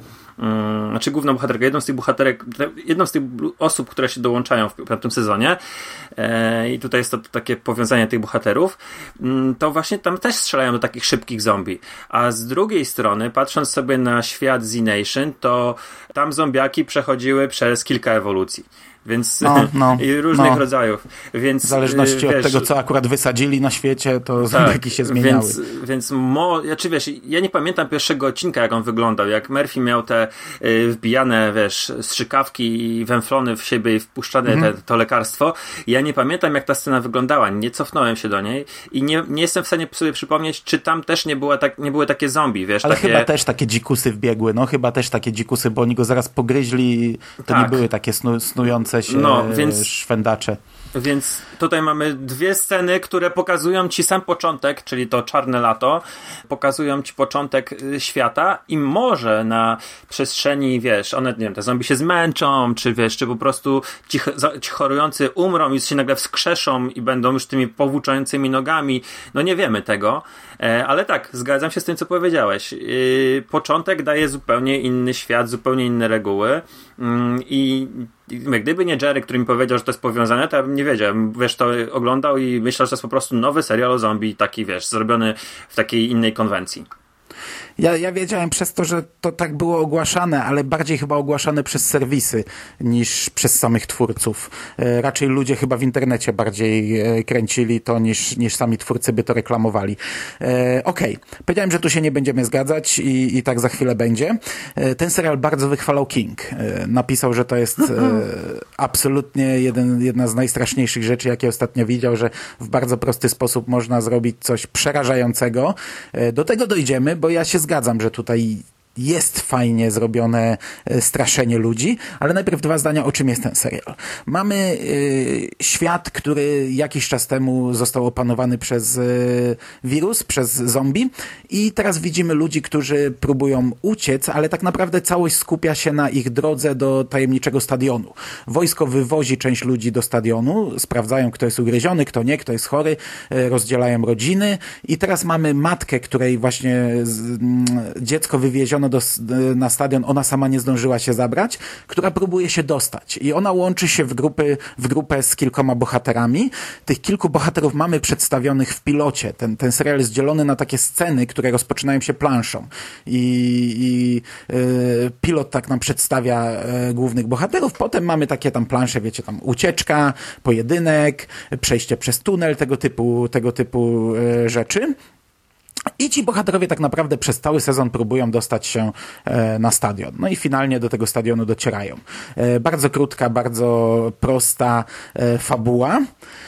jedną z tych osób, które się dołączają w tym sezonie, i tutaj jest to takie powiązanie tych bohaterów, to właśnie tam też strzelają do takich szybkich zombie. A z drugiej strony, patrząc sobie na świat Z Nation, to tam zombiaki przechodziły przez kilka ewolucji. Więc i różnych rodzajów. Więc, w zależności od tego, co akurat wysadzili na świecie, to zombiaki się zmieniały. Więc ja nie pamiętam pierwszego odcinka, jak on wyglądał. Jak Murphy miał te wbijane, strzykawki i węflony w siebie i wpuszczane to lekarstwo. Ja nie pamiętam, jak ta scena wyglądała. Nie cofnąłem się do niej i nie jestem w stanie sobie przypomnieć, czy tam też nie były takie zombie, wiesz. Ale chyba też takie dzikusy wbiegły. No chyba też takie dzikusy, bo oni go zaraz pogryźli. To nie były takie snujące się szwendacze. Więc tutaj mamy 2 sceny, które pokazują ci sam początek, czyli to czarne lato, pokazują ci początek świata i może na przestrzeni, one, nie wiem, te zombie się zmęczą, czy po prostu ci chorujący umrą i się nagle wskrzeszą i będą już tymi powłóczającymi nogami. No nie wiemy tego, ale tak, zgadzam się z tym, co powiedziałeś. Początek daje zupełnie inny świat, zupełnie inne reguły i gdyby nie Jerry, który mi powiedział, że to jest powiązane, to ja bym nie wiedział. To oglądał i myślał, że to jest po prostu nowy serial o zombie, taki, zrobiony w takiej innej konwencji. Ja wiedziałem przez to, że to tak było ogłaszane, ale bardziej chyba ogłaszane przez serwisy niż przez samych twórców. Raczej ludzie chyba w internecie bardziej kręcili to niż sami twórcy by to reklamowali. Okej. Powiedziałem, że tu się nie będziemy zgadzać i tak za chwilę będzie. Ten serial bardzo wychwalał King. Napisał, że to jest absolutnie jedna z najstraszniejszych rzeczy, jakie ostatnio widział, że w bardzo prosty sposób można zrobić coś przerażającego. Do tego dojdziemy, bo ja się zgadzam, że tutaj jest fajnie zrobione straszenie ludzi, ale najpierw 2 zdania, o czym jest ten serial. Mamy świat, który jakiś czas temu został opanowany przez wirus, przez zombie i teraz widzimy ludzi, którzy próbują uciec, ale tak naprawdę całość skupia się na ich drodze do tajemniczego stadionu. Wojsko wywozi część ludzi do stadionu, sprawdzają, kto jest ugryziony, kto nie, kto jest chory, rozdzielają rodziny i teraz mamy matkę, której właśnie dziecko wywieziono na stadion, ona sama nie zdążyła się zabrać, która próbuje się dostać i ona łączy się w grupę z kilkoma bohaterami. Tych kilku bohaterów mamy przedstawionych w pilocie. Ten serial jest dzielony na takie sceny, które rozpoczynają się planszą i pilot tak nam przedstawia głównych bohaterów. Potem mamy takie tam plansze, wiecie, tam ucieczka, pojedynek, przejście przez tunel, tego typu rzeczy. I ci bohaterowie tak naprawdę przez cały sezon próbują dostać się na stadion. No i finalnie do tego stadionu docierają. Bardzo krótka, bardzo prosta fabuła.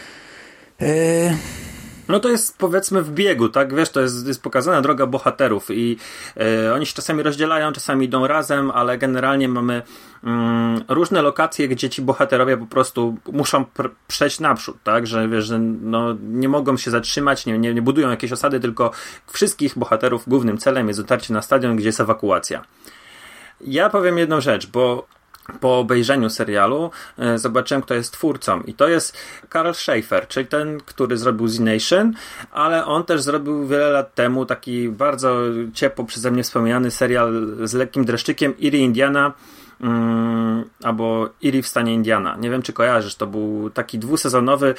No to jest powiedzmy w biegu, tak? Wiesz, to jest pokazana droga bohaterów i oni się czasami rozdzielają, czasami idą razem, ale generalnie mamy różne lokacje, gdzie ci bohaterowie po prostu muszą przejść naprzód, tak? Że wiesz, że no, nie mogą się zatrzymać, nie budują jakiejś osady, tylko wszystkich bohaterów głównym celem jest dotarcie na stadion, gdzie jest ewakuacja. Ja powiem jedną rzecz, bo po obejrzeniu serialu zobaczyłem, kto jest twórcą i to jest Karl Schaefer, czyli ten, który zrobił Z Nation, ale on też zrobił wiele lat temu taki bardzo ciepło przeze mnie wspomniany serial z lekkim dreszczykiem Erie Indiana, albo Erie w stanie Indiana. Nie wiem, czy kojarzysz, to był taki dwusezonowy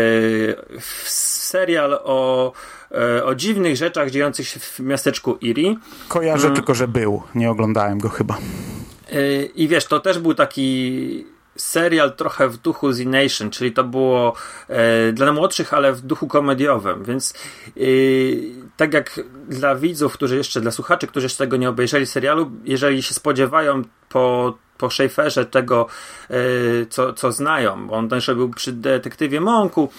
serial o dziwnych rzeczach dziejących się w miasteczku Erie. Kojarzę tylko, że był. Nie oglądałem go chyba. I wiesz, to też był taki serial trochę w duchu Z Nation, czyli to było dla młodszych, ale w duchu komediowym, więc tak jak dla widzów, dla słuchaczy, którzy jeszcze tego nie obejrzeli serialu, jeżeli się spodziewają po Schaeferze tego, co znają, bo on też był przy Detektywie Monku,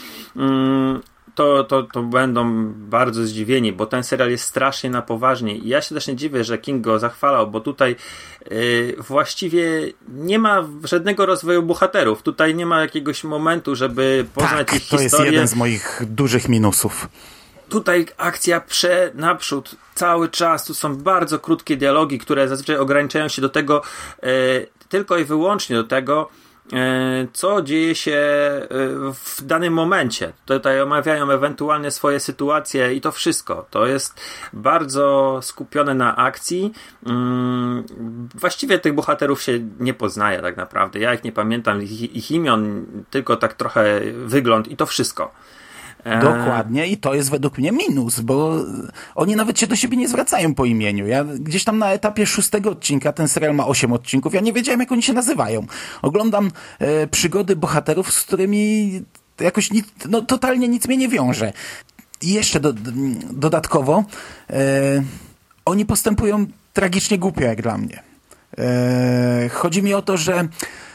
to będą bardzo zdziwieni, bo ten serial jest strasznie na poważnie i ja się też nie dziwię, że King go zachwalał, bo tutaj właściwie nie ma żadnego rozwoju bohaterów. Tutaj nie ma jakiegoś momentu, żeby poznać ich historię. To jest jeden z moich dużych minusów. Tutaj akcja naprzód cały czas. Tu są bardzo krótkie dialogi, które zazwyczaj ograniczają się do tego, tylko i wyłącznie do tego, co dzieje się w danym momencie. Tutaj omawiają ewentualnie swoje sytuacje i to wszystko. To jest bardzo skupione na akcji. Właściwie tych bohaterów się nie poznaje tak naprawdę. Ja ich nie pamiętam, ich imion, tylko tak trochę wygląd i to wszystko. Dokładnie i to jest według mnie minus, bo oni nawet się do siebie nie zwracają po imieniu. Ja gdzieś tam na etapie 6 odcinka, ten serial ma 8 odcinków, ja nie wiedziałem, jak oni się nazywają. Oglądam przygody bohaterów, z którymi jakoś totalnie nic mnie nie wiąże. I jeszcze dodatkowo oni postępują tragicznie głupio, jak dla mnie. Chodzi mi o to, że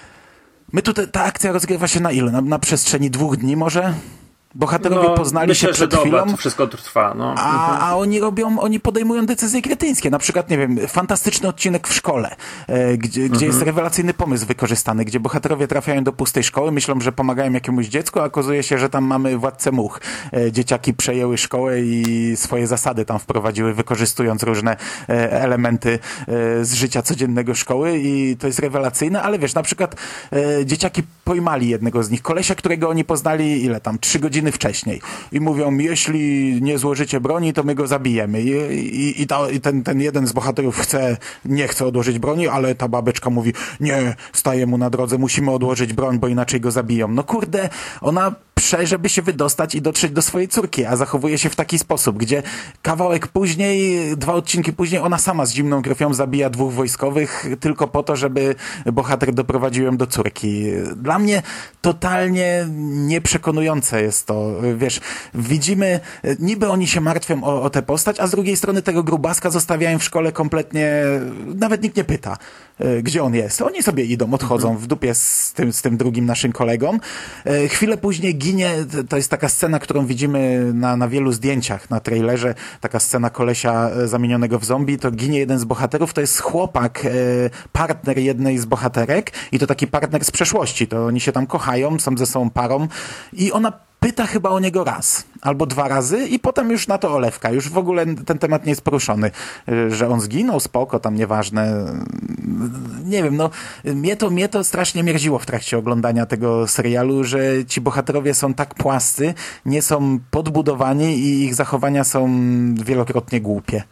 ta akcja rozgrywa się na ile? Na przestrzeni 2 dni może? Bohaterowie poznali się przed chwilą, to wszystko trwa. No. A oni podejmują decyzje kretyńskie. Na przykład, nie wiem, fantastyczny odcinek w szkole, gdzie jest rewelacyjny pomysł wykorzystany, gdzie bohaterowie trafiają do pustej szkoły, myślą, że pomagają jakiemuś dziecku, a okazuje się, że tam mamy władcę much. Dzieciaki przejęły szkołę i swoje zasady tam wprowadziły, wykorzystując różne elementy z życia codziennego szkoły i to jest rewelacyjne, ale wiesz, na przykład dzieciaki pojmali jednego z nich, kolesia, którego oni poznali 3 godziny wcześniej i mówią, jeśli nie złożycie broni, to my go zabijemy. I ten jeden z bohaterów nie chce odłożyć broni, ale ta babeczka mówi, nie, staje mu na drodze, musimy odłożyć broń, bo inaczej go zabiją. No kurde, ona żeby się wydostać i dotrzeć do swojej córki, a zachowuje się w taki sposób, gdzie kawałek później, 2 odcinki później, ona sama z zimną krwią zabija 2 wojskowych tylko po to, żeby bohater doprowadził ją do córki. Dla mnie totalnie nieprzekonujące jest to. Wiesz, widzimy, niby oni się martwią o tę postać, a z drugiej strony tego grubaska zostawiają w szkole kompletnie, nawet nikt nie pyta, gdzie on jest. Oni sobie idą, odchodzą w dupie z tym drugim naszym kolegą. Chwilę później ginie, to jest taka scena, którą widzimy na wielu zdjęciach, na trailerze, taka scena kolesia zamienionego w zombie, to ginie jeden z bohaterów, to jest chłopak, partner jednej z bohaterek i to taki partner z przeszłości, to oni się tam kochają, są ze sobą parą i ona pyta chyba o niego raz albo 2 razy i potem już na to olewka. Już w ogóle ten temat nie jest poruszony. Że on zginął, spoko, tam nieważne. Nie wiem, mnie to strasznie mierziło w trakcie oglądania tego serialu, że ci bohaterowie są tak płascy, nie są podbudowani i ich zachowania są wielokrotnie głupie.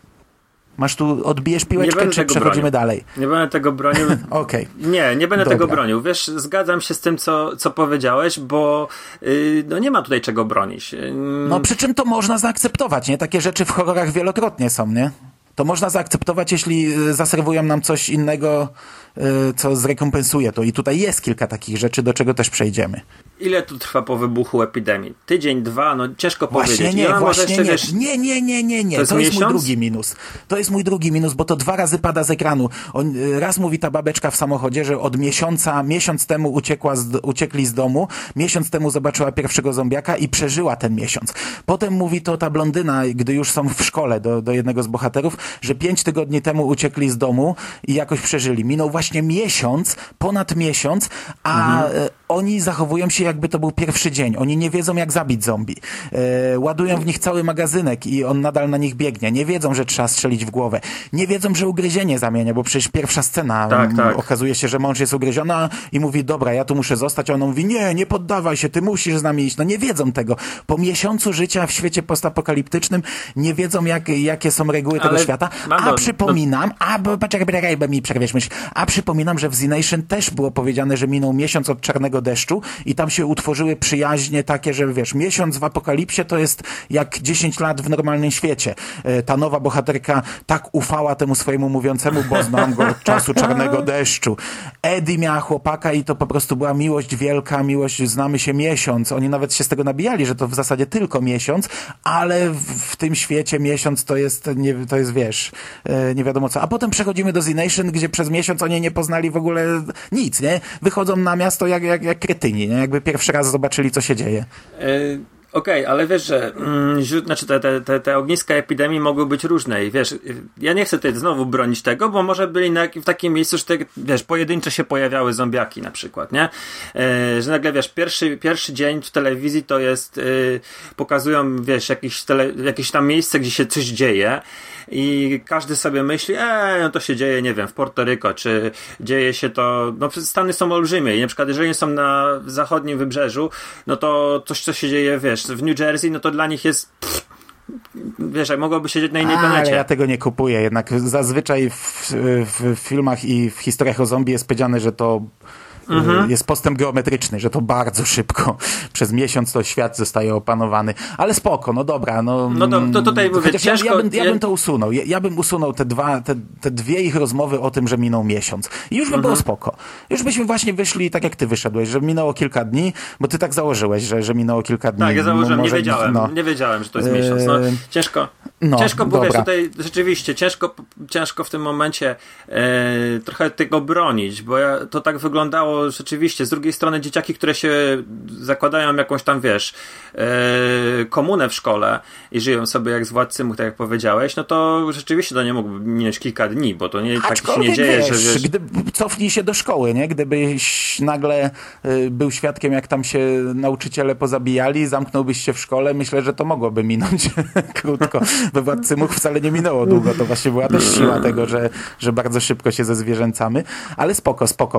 Odbijesz piłeczkę, czy przechodzimy dalej? Nie będę tego bronił. Okej. Nie będę tego bronił. Wiesz, zgadzam się z tym, co powiedziałeś, bo nie ma tutaj czego bronić. Przy czym to można zaakceptować, nie? Takie rzeczy w horrorach wielokrotnie są, nie? To można zaakceptować, jeśli zaserwują nam coś innego, co zrekompensuje to. I tutaj jest kilka takich rzeczy, do czego też przejdziemy. Ile to trwa po wybuchu epidemii? Tydzień, 2? No ciężko powiedzieć. Nie. To jest mój drugi minus. To jest mój drugi minus, bo to 2 razy pada z ekranu. Raz mówi ta babeczka w samochodzie, że od miesiąc temu uciekli z domu, miesiąc temu zobaczyła pierwszego zombiaka i przeżyła ten miesiąc. Potem mówi to ta blondyna, gdy już są w szkole do jednego z bohaterów, że 5 tygodni temu uciekli z domu i jakoś przeżyli. Minął właśnie ponad miesiąc, a oni zachowują się, jakby to był pierwszy dzień. Oni nie wiedzą, jak zabić zombie. Ładują w nich cały magazynek i on nadal na nich biegnie. Nie wiedzą, że trzeba strzelić w głowę. Nie wiedzą, że ugryzienie zamienia, bo przecież pierwsza scena okazuje się, że mąż jest ugryziona i mówi, dobra, ja tu muszę zostać, a ona mówi, nie poddawaj się, ty musisz z nami iść. No nie wiedzą tego. Po miesiącu życia w świecie postapokaliptycznym nie wiedzą, jakie są reguły tego świata. Przypominam, że w Z Nation też było powiedziane, że minął miesiąc od czarnego deszczu i tam się utworzyły przyjaźnie takie, że wiesz, miesiąc w apokalipsie to jest jak 10 lat w normalnym świecie. Ta nowa bohaterka tak ufała temu swojemu mówiącemu, bo znam go od czasu czarnego deszczu. Eddie miała chłopaka i to po prostu była miłość wielka, znamy się miesiąc. Oni nawet się z tego nabijali, że to w zasadzie tylko miesiąc, ale w tym świecie miesiąc to jest wiesz, nie wiadomo co. A potem przechodzimy do Z Nation, gdzie przez miesiąc oni nie poznali w ogóle nic, nie? Wychodzą na miasto jak kretyni, nie? Jakby pierwszy raz zobaczyli, co się dzieje. Okej, ale wiesz, że te ogniska epidemii mogły być różne i wiesz, ja nie chcę tutaj znowu bronić tego, bo może byli w takim miejscu, że wiesz, pojedyncze się pojawiały zombiaki na przykład, nie? Że nagle, wiesz, pierwszy dzień w telewizji to jest, pokazują, wiesz, jakieś tam miejsce, gdzie się coś dzieje i każdy sobie myśli, no to się dzieje, nie wiem, w Porto Rico, czy dzieje się to, no Stany są olbrzymie i na przykład jeżeli są na zachodnim wybrzeżu, no to coś, co się dzieje, wiesz, w New Jersey, no to dla nich jest wiesz, jak mogłoby siedzieć na innej planecie. Ale ja tego nie kupuję, jednak zazwyczaj w filmach i w historiach o zombie jest powiedziane, że to jest postęp geometryczny, że to bardzo szybko przez miesiąc to świat zostaje opanowany. Ale spoko, no dobra. No to tutaj mówię, ciężko... Ja bym to usunął. Ja bym usunął te dwie ich rozmowy o tym, że minął miesiąc. I już by było spoko. Już byśmy właśnie wyszli tak, jak ty wyszedłeś, że minęło kilka dni, bo ty tak założyłeś, że minęło kilka dni. Tak, ja założyłem, nie wiedziałem, że to jest miesiąc. No, ciężko było, wiesz, tutaj rzeczywiście ciężko w tym momencie trochę tego bronić, bo to tak wyglądało rzeczywiście. Z drugiej strony dzieciaki, które się zakładają jakąś tam, wiesz, komunę w szkole i żyją sobie jak z Władcy Much, tak jak powiedziałeś, no to rzeczywiście to nie mógłby minąć kilka dni, bo to tak się nie dzieje, wiesz, że cofnij się do szkoły, nie? Gdybyś nagle był świadkiem, jak tam się nauczyciele pozabijali, zamknąłbyś się w szkole, myślę, że to mogłoby minąć krótko. We Władcy Much wcale nie minęło długo, to właśnie była też siła tego, że bardzo szybko się zezwierzęcamy, ale spoko.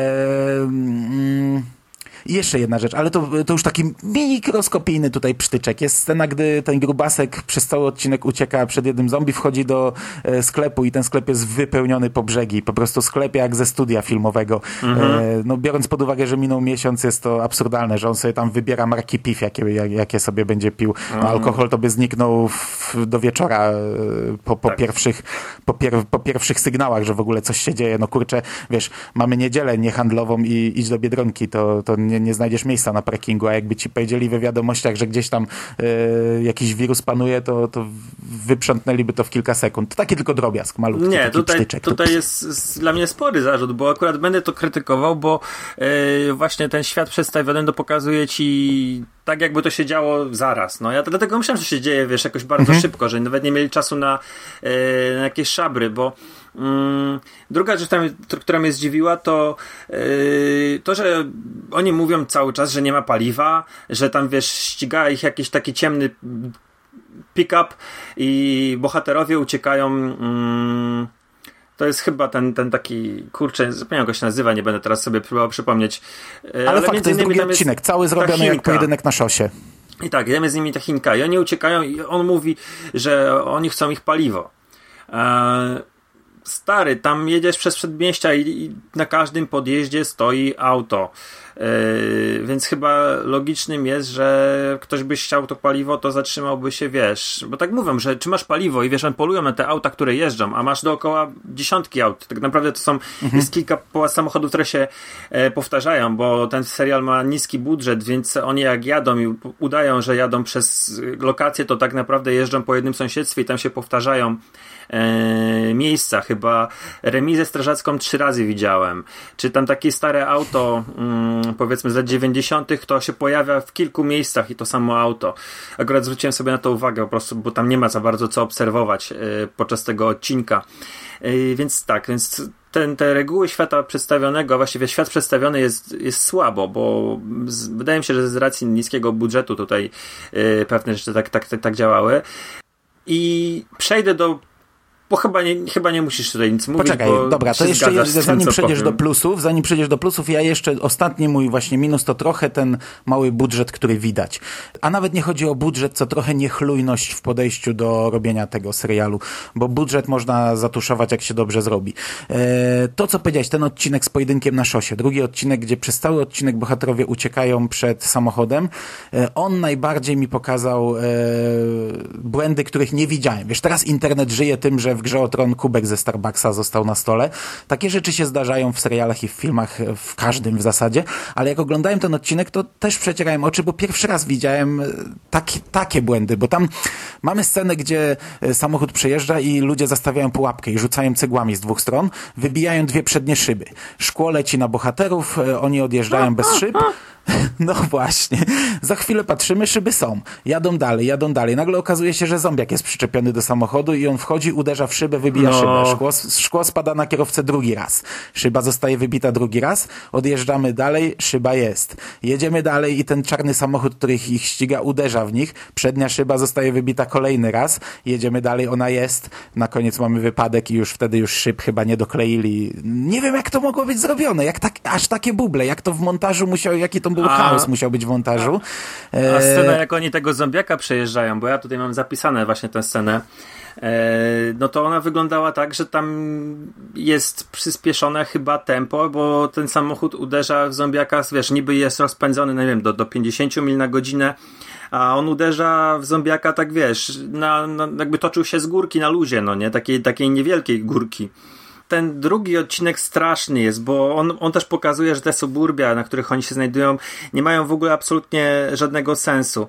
I jeszcze jedna rzecz, ale to już taki mikroskopijny tutaj przytyczek. Jest scena, gdy ten grubasek przez cały odcinek ucieka przed jednym zombie, wchodzi do sklepu i ten sklep jest wypełniony po brzegi. Po prostu sklep jak ze studia filmowego. No, biorąc pod uwagę, że minął miesiąc, jest to absurdalne, że on sobie tam wybiera marki piw, jakie sobie będzie pił. No, alkohol to by zniknął do wieczora po pierwszych sygnałach, że w ogóle coś się dzieje. No kurczę, wiesz, mamy niedzielę niehandlową i idź do Biedronki, to nie znajdziesz miejsca na parkingu, a jakby ci powiedzieli we wiadomościach, że gdzieś tam jakiś wirus panuje, to wyprzątnęliby to w kilka sekund. To taki tylko drobiazg, malutki. Nie, tutaj jest dla mnie spory zarzut, bo akurat będę to krytykował, bo właśnie ten świat przedstawiony pokazuje ci tak, jakby to się działo zaraz. No ja dlatego myślałem, że się dzieje, wiesz, jakoś bardzo szybko, że nawet nie mieli czasu na jakieś szabry, bo druga rzecz, która mnie zdziwiła, to że oni mówią cały czas, że nie ma paliwa, że tam, wiesz, ściga ich jakiś taki ciemny pick-up i bohaterowie uciekają. To jest chyba ten taki, kurczę, zapomniałem, jak się nazywa, nie będę teraz sobie próbował przypomnieć. Ale fakt, to jest drugi odcinek, cały zrobiony jak pojedynek na szosie. I tak, jemy z nimi ta Chinka i oni uciekają i on mówi, że oni chcą ich paliwo. Stary, tam jedziesz przez przedmieścia i na każdym podjeździe stoi auto. Więc chyba logicznym jest, że ktoś by chciał to paliwo, to zatrzymałby się, wiesz, bo tak mówią, że czy masz paliwo i wiesz, oni polują na te auta, które jeżdżą, a masz dookoła dziesiątki aut. Tak naprawdę to są, jest kilka samochodów, które się powtarzają, bo ten serial ma niski budżet, więc oni jak jadą i udają, że jadą przez lokacje, to tak naprawdę jeżdżą po jednym sąsiedztwie i tam się powtarzają miejsca. Chyba remizę strażacką 3 razy widziałem. Czy tam takie stare auto, powiedzmy z lat 90., to się pojawia w kilku miejscach i to samo auto. Akurat zwróciłem sobie na to uwagę po prostu, bo tam nie ma za bardzo co obserwować podczas tego odcinka. Więc tak, te reguły świata przedstawionego, właściwie świat przedstawiony jest słabo, bo wydaje mi się, że z racji niskiego budżetu tutaj pewne rzeczy tak działały. I przejdę bo chyba nie musisz tutaj nic mówić. Poczekaj, bo dobra, to jeszcze zanim przejdziesz do plusów, ja jeszcze ostatni mój właśnie minus to trochę ten mały budżet, który widać. A nawet nie chodzi o budżet, co trochę niechlujność w podejściu do robienia tego serialu, bo budżet można zatuszować, jak się dobrze zrobi. To, co powiedziałeś, ten odcinek z pojedynkiem na szosie, drugi odcinek, gdzie przez cały odcinek bohaterowie uciekają przed samochodem, on najbardziej mi pokazał błędy, których nie widziałem. Wiesz, teraz internet żyje tym, że w Grze o Tron kubek ze Starbucksa został na stole. Takie rzeczy się zdarzają w serialach i w filmach, w każdym w zasadzie, ale jak oglądałem ten odcinek, to też przecierałem oczy, bo pierwszy raz widziałem takie błędy, bo tam mamy scenę, gdzie samochód przejeżdża i ludzie zastawiają pułapkę i rzucają cegłami z 2 stron, wybijają 2 przednie szyby. Szkło leci na bohaterów, oni odjeżdżają bez szyb. No właśnie. Za chwilę patrzymy, szyby są. Jadą dalej. Nagle okazuje się, że zombiak jest przyczepiony do samochodu i on wchodzi, uderza w szybę, wybija szybę. Szkło spada na kierowcę drugi raz. Szyba zostaje wybita drugi raz. Odjeżdżamy dalej, szyba jest. Jedziemy dalej i ten czarny samochód, który ich ściga, uderza w nich. Przednia szyba zostaje wybita kolejny raz. Jedziemy dalej, ona jest. Na koniec mamy wypadek i wtedy szyb chyba nie dokleili. Nie wiem, jak to mogło być zrobione. Aż takie buble. Jak to w montażu jaki to był chaos musiał być w montażu. A scena, jak oni tego zombiaka przejeżdżają, bo ja tutaj mam zapisane właśnie tę scenę, no to ona wyglądała tak, że tam jest przyspieszone chyba tempo, bo ten samochód uderza w zombiaka, wiesz, niby jest rozpędzony, nie wiem, do 50 mil na godzinę, a on uderza w zombiaka tak, wiesz, jakby toczył się z górki na luzie, no nie? Takiej niewielkiej górki. Ten drugi odcinek straszny jest, bo on też pokazuje, że te suburbia, na których oni się znajdują, nie mają w ogóle absolutnie żadnego sensu.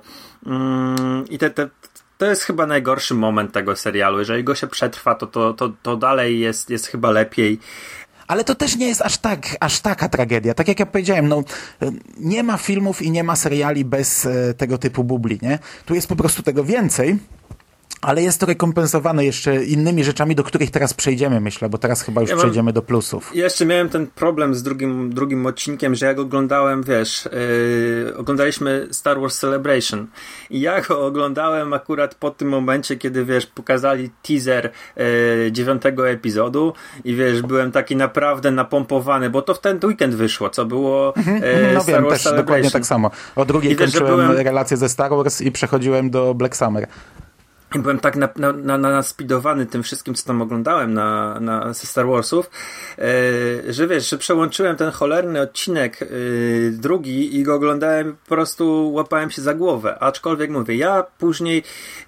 I to jest chyba najgorszy moment tego serialu. Jeżeli go się przetrwa, to dalej jest chyba lepiej. Ale to też nie jest aż taka tragedia. Tak jak ja powiedziałem, nie ma filmów i nie ma seriali bez tego typu bubli, nie? Tu jest po prostu tego więcej. Ale jest to rekompensowane jeszcze innymi rzeczami, do których teraz przejdziemy, myślę, bo teraz chyba już przejdziemy do plusów. Ja jeszcze miałem ten problem z drugim odcinkiem, że ja go oglądałem, wiesz, oglądaliśmy Star Wars Celebration i ja go oglądałem akurat po tym momencie, kiedy, wiesz, pokazali teaser 9 epizodu i, wiesz, byłem taki naprawdę napompowany, bo to w ten weekend wyszło, co było Star Wars też Celebration. Dokładnie tak samo. O drugiej kończyłem relację ze Star Wars i przechodziłem do Black Summer. I byłem tak naspidowany tym wszystkim, co tam oglądałem ze Star Warsów, że wiesz, że przełączyłem ten cholerny odcinek drugi i go oglądałem, po prostu łapałem się za głowę. Aczkolwiek mówię, ja później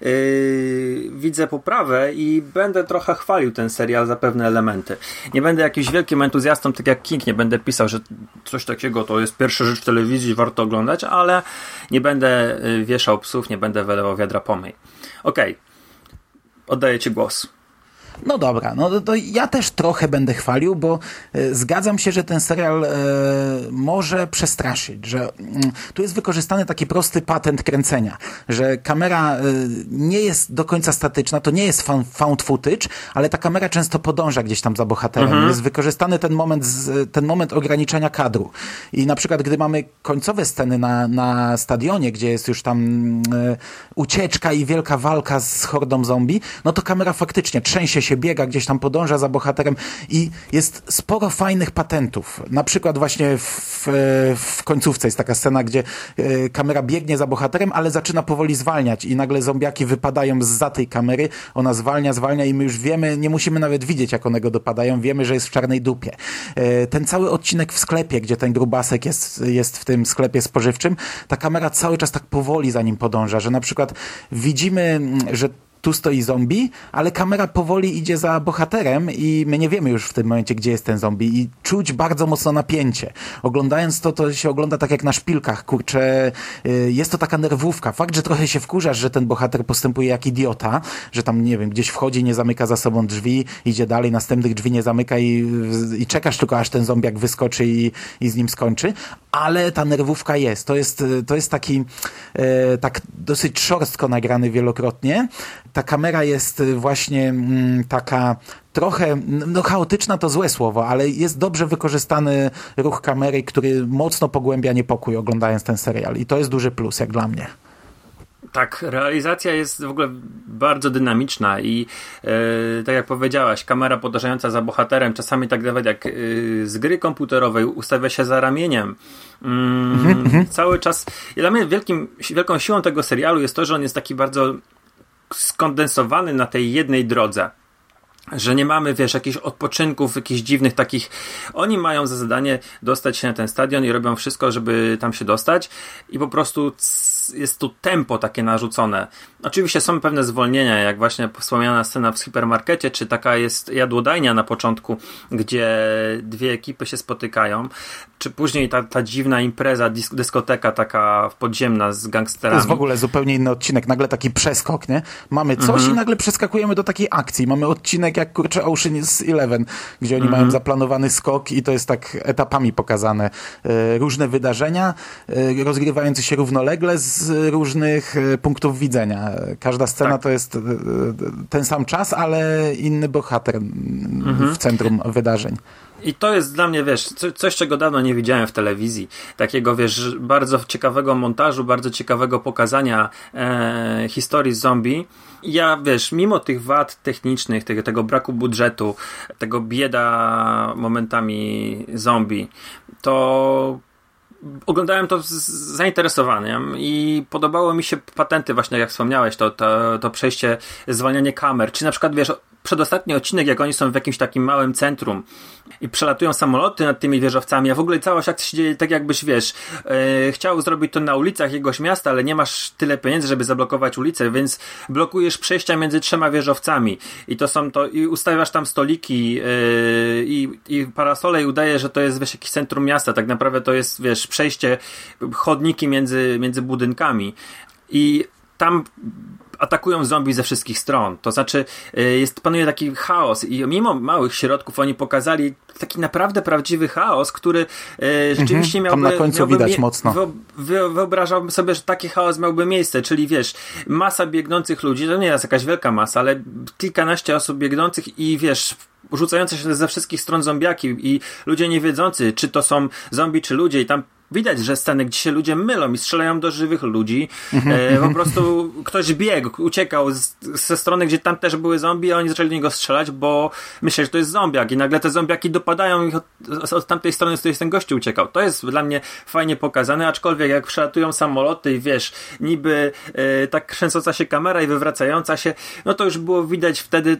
widzę poprawę i będę trochę chwalił ten serial za pewne elementy. Nie będę jakimś wielkim entuzjastą, tak jak King, nie będę pisał, że coś takiego to jest pierwsza rzecz w telewizji, warto oglądać, ale nie będę wieszał psów, nie będę wylewał wiadra pomyj. Okej. Oddaję ci głos. No dobra, no to ja też trochę będę chwalił, bo zgadzam się, że ten serial może przestraszyć, że tu jest wykorzystany taki prosty patent kręcenia, że kamera nie jest do końca statyczna, to nie jest found footage, ale ta kamera często podąża gdzieś tam za bohaterem. Jest wykorzystany ten moment ograniczenia kadru. I na przykład, gdy mamy końcowe sceny na stadionie, gdzie jest już tam ucieczka i wielka walka z hordą zombie, no to kamera faktycznie trzęsie się biega, gdzieś tam podąża za bohaterem i jest sporo fajnych patentów. Na przykład właśnie w końcówce jest taka scena, gdzie kamera biegnie za bohaterem, ale zaczyna powoli zwalniać i nagle zombiaki wypadają zza tej kamery, ona zwalnia i my już wiemy, nie musimy nawet widzieć, jak one go dopadają, wiemy, że jest w czarnej dupie. Ten cały odcinek w sklepie, gdzie ten grubasek jest w tym sklepie spożywczym, ta kamera cały czas tak powoli za nim podąża, że na przykład widzimy, że tu stoi zombie, ale kamera powoli idzie za bohaterem i my nie wiemy już w tym momencie, gdzie jest ten zombie i czuć bardzo mocno napięcie. Oglądając to się ogląda tak jak na szpilkach, kurczę, jest to taka nerwówka. Fakt, że trochę się wkurzasz, że ten bohater postępuje jak idiota, że tam, nie wiem, gdzieś wchodzi, nie zamyka za sobą drzwi, idzie dalej, następnych drzwi nie zamyka i czekasz tylko, aż ten zombiak wyskoczy i z nim skończy, ale ta nerwówka jest. To jest taki tak dosyć szorstko nagrany wielokrotnie. Ta kamera jest właśnie taka trochę, no chaotyczna to złe słowo, ale jest dobrze wykorzystany ruch kamery, który mocno pogłębia niepokój oglądając ten serial i to jest duży plus jak dla mnie. Tak, realizacja jest w ogóle bardzo dynamiczna i tak jak powiedziałaś, kamera podążająca za bohaterem, czasami tak nawet jak z gry komputerowej ustawia się za ramieniem. Cały czas. I dla mnie wielką siłą tego serialu jest to, że on jest taki bardzo skondensowany na tej jednej drodze. Że nie mamy, wiesz, jakichś odpoczynków, jakichś dziwnych takich. Oni mają za zadanie dostać się na ten stadion i robią wszystko, żeby tam się dostać i po prostu jest tu tempo takie narzucone. Oczywiście są pewne zwolnienia, jak właśnie wspomniana scena w hipermarkecie, czy taka jest jadłodajnia na początku, gdzie dwie ekipy się spotykają, czy później ta dziwna impreza, dyskoteka taka podziemna z gangsterami. To jest w ogóle zupełnie inny odcinek, nagle taki przeskok, nie? Mamy coś i nagle przeskakujemy do takiej akcji. Mamy odcinek jak, kurczę, Ocean's 11, gdzie oni mają zaplanowany skok i to jest tak etapami pokazane. Różne wydarzenia, rozgrywające się równolegle z różnych punktów widzenia. Każda scena to jest ten sam czas, ale inny bohater w centrum wydarzeń. I to jest dla mnie, wiesz, coś, czego dawno nie widziałem w telewizji. Takiego, wiesz, bardzo ciekawego montażu, bardzo ciekawego pokazania historii zombie. Ja, wiesz, mimo tych wad technicznych, tego braku budżetu, tego bieda momentami zombie, to oglądałem to z zainteresowaniem i podobało mi się patenty właśnie, jak wspomniałeś, to przejście, zwalnianie kamer, czy na przykład, wiesz, przedostatni odcinek, jak oni są w jakimś takim małym centrum i przelatują samoloty nad tymi wieżowcami, a w ogóle cała akcja się dzieje tak jakbyś, wiesz, chciał zrobić to na ulicach jakiegoś miasta, ale nie masz tyle pieniędzy, żeby zablokować ulicę, więc blokujesz przejścia między 3 wieżowcami i ustawiasz tam stoliki i parasole i udaje, że to jest, wiesz, jakiś centrum miasta, tak naprawdę to jest, wiesz, przejście, chodniki między budynkami i tam atakują zombie ze wszystkich stron. To znaczy panuje taki chaos i mimo małych środków oni pokazali taki naprawdę prawdziwy chaos, który rzeczywiście miałby... Tam na końcu widać mocno. Wyobrażałbym sobie, że taki chaos miałby miejsce, czyli wiesz, masa biegnących ludzi, to nie jest jakaś wielka masa, ale kilkanaście osób biegnących i wiesz, rzucające się ze wszystkich stron zombiaki i ludzie niewiedzący, czy to są zombie, czy ludzie i tam widać, że sceny, gdzie się ludzie mylą i strzelają do żywych ludzi. Po prostu ktoś biegł, uciekał ze strony, gdzie tam też były zombie, a oni zaczęli do niego strzelać, bo myśleli, że to jest zombiak i nagle te zombiaki dopadają i od tamtej strony, z której ten gościu uciekał. To jest dla mnie fajnie pokazane, aczkolwiek jak przelatują samoloty i wiesz, niby tak kręcąca się kamera i wywracająca się, no to już było widać wtedy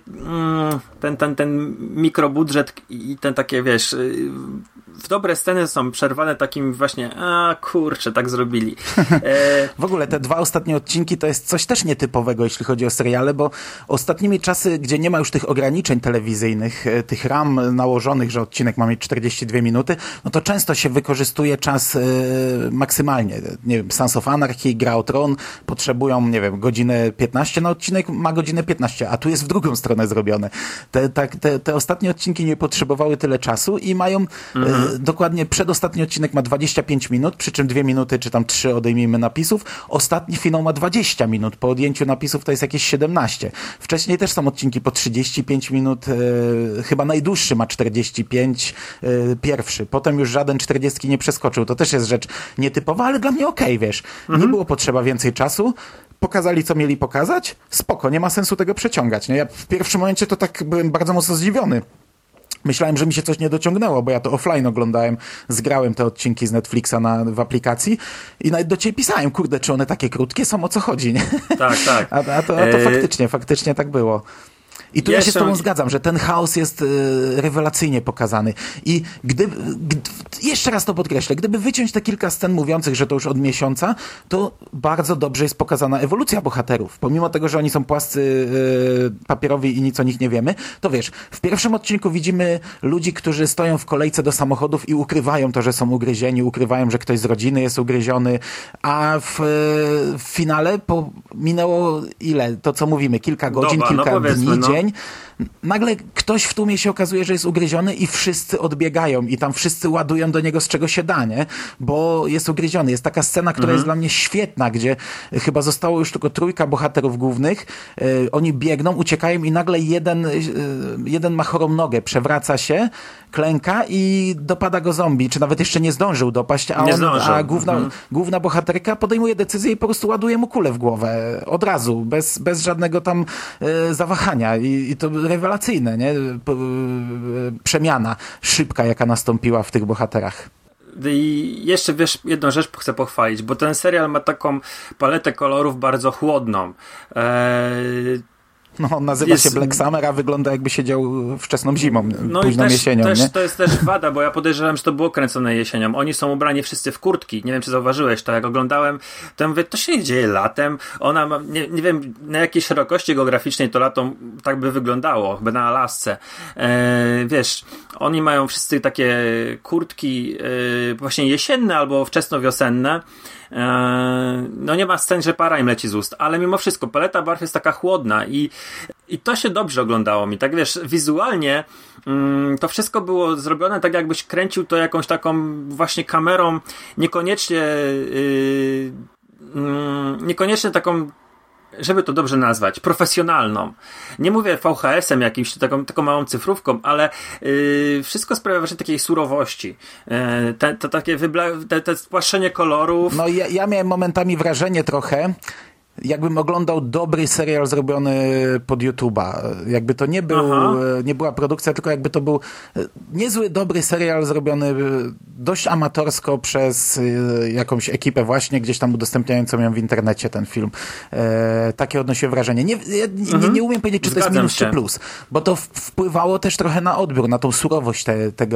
ten mikrobudżet i ten takie, wiesz, w dobre sceny są przerwane takim właśnie, kurczę, tak zrobili. W ogóle te 2 ostatnie odcinki to jest coś też nietypowego, jeśli chodzi o seriale, bo ostatnimi czasy, gdzie nie ma już tych ograniczeń telewizyjnych, tych ram nałożonych, że odcinek ma mieć 42 minuty, no to często się wykorzystuje czas maksymalnie. Nie wiem, Sons of Anarchy, Gra o Tron potrzebują, nie wiem, godzinę 15 na odcinek, ma godzinę 15, a tu jest w drugą stronę zrobione. Te ostatnie odcinki nie potrzebowały tyle czasu i mają dokładnie przedostatni odcinek ma 25 minut, przy czym 2 minuty, czy tam 3 odejmijmy napisów. Ostatni finał ma 20 minut. Po odjęciu napisów to jest jakieś 17. Wcześniej też są odcinki po 35 minut. Chyba najdłuższy ma 45 pierwszy. Potem już żaden 40 nie przeskoczył. To też jest rzecz nietypowa, ale dla mnie okej, wiesz. Nie było potrzeba więcej czasu. pokazali, co mieli pokazać, spoko, nie ma sensu tego przeciągać. Nie? Ja w pierwszym momencie to tak byłem bardzo mocno zdziwiony. Myślałem, że mi się coś nie dociągnęło, bo ja to offline oglądałem, zgrałem te odcinki z Netflixa w aplikacji i nawet do ciebie pisałem, kurde, czy one takie krótkie są, o co chodzi, nie? Tak. A to faktycznie tak było. I tu ja się z tobą zgadzam, że ten chaos jest rewelacyjnie pokazany. I jeszcze raz to podkreślę, gdyby wyciąć te kilka scen mówiących, że to już od miesiąca, to bardzo dobrze jest pokazana ewolucja bohaterów. Pomimo tego, że oni są płascy, papierowi i nic o nich nie wiemy, to wiesz, w pierwszym odcinku widzimy ludzi, którzy stoją w kolejce do samochodów i ukrywają to, że są ugryzieni, ukrywają, że ktoś z rodziny jest ugryziony, a w finale minęło ile? To co mówimy, kilka godzin, kilka dni, dzień. Nagle ktoś w tłumie się okazuje, że jest ugryziony i wszyscy odbiegają i tam wszyscy ładują do niego z czego się da, nie? Bo jest ugryziony. Jest taka scena, która jest dla mnie świetna, gdzie chyba zostało już tylko 3 bohaterów głównych. Oni biegną, uciekają i nagle jeden ma chorą nogę, przewraca się, klęka i dopada go zombie, czy nawet jeszcze nie zdążył dopaść, a główna bohaterka podejmuje decyzję i po prostu ładuje mu kulę w głowę od razu, bez żadnego tam zawahania i to rewelacyjne, nie? Przemiana szybka, jaka nastąpiła w tych bohaterach. I jeszcze, wiesz, jedną rzecz chcę pochwalić, bo ten serial ma taką paletę kolorów bardzo chłodną. No, on nazywa się Black Summer, a wygląda jakby siedział wczesną zimą, późną jesienią, nie? To jest też wada, bo ja podejrzewam, że to było kręcone jesienią. Oni są ubrani wszyscy w kurtki. Nie wiem, czy zauważyłeś to. Jak oglądałem, to mówię, to się nie dzieje latem. Ona ma, nie wiem, na jakiej szerokości geograficznej to lato tak by wyglądało, chyba na Alasce. Wiesz, oni mają wszyscy takie kurtki właśnie jesienne albo wczesnowiosenne. No nie ma scen, że para im leci z ust, ale mimo wszystko paleta barw jest taka chłodna i to się dobrze oglądało mi, tak wiesz, wizualnie to wszystko było zrobione tak, jakbyś kręcił to jakąś taką właśnie kamerą, niekoniecznie taką, żeby to dobrze nazwać, profesjonalną. Nie mówię VHS-em jakimś, taką małą cyfrówką, ale wszystko sprawia właśnie takiej surowości. Te spłaszczenie kolorów. No ja miałem momentami wrażenie trochę, jakbym oglądał dobry serial zrobiony pod YouTube'a. Jakby to nie była produkcja, tylko jakby to był niezły, dobry serial zrobiony dość amatorsko przez jakąś ekipę właśnie, gdzieś tam udostępniającą ją w internecie ten film. Takie odnosiłem wrażenie. Nie umiem powiedzieć, czy to jest minus czy plus, bo to wpływało też trochę na odbiór, na tą surowość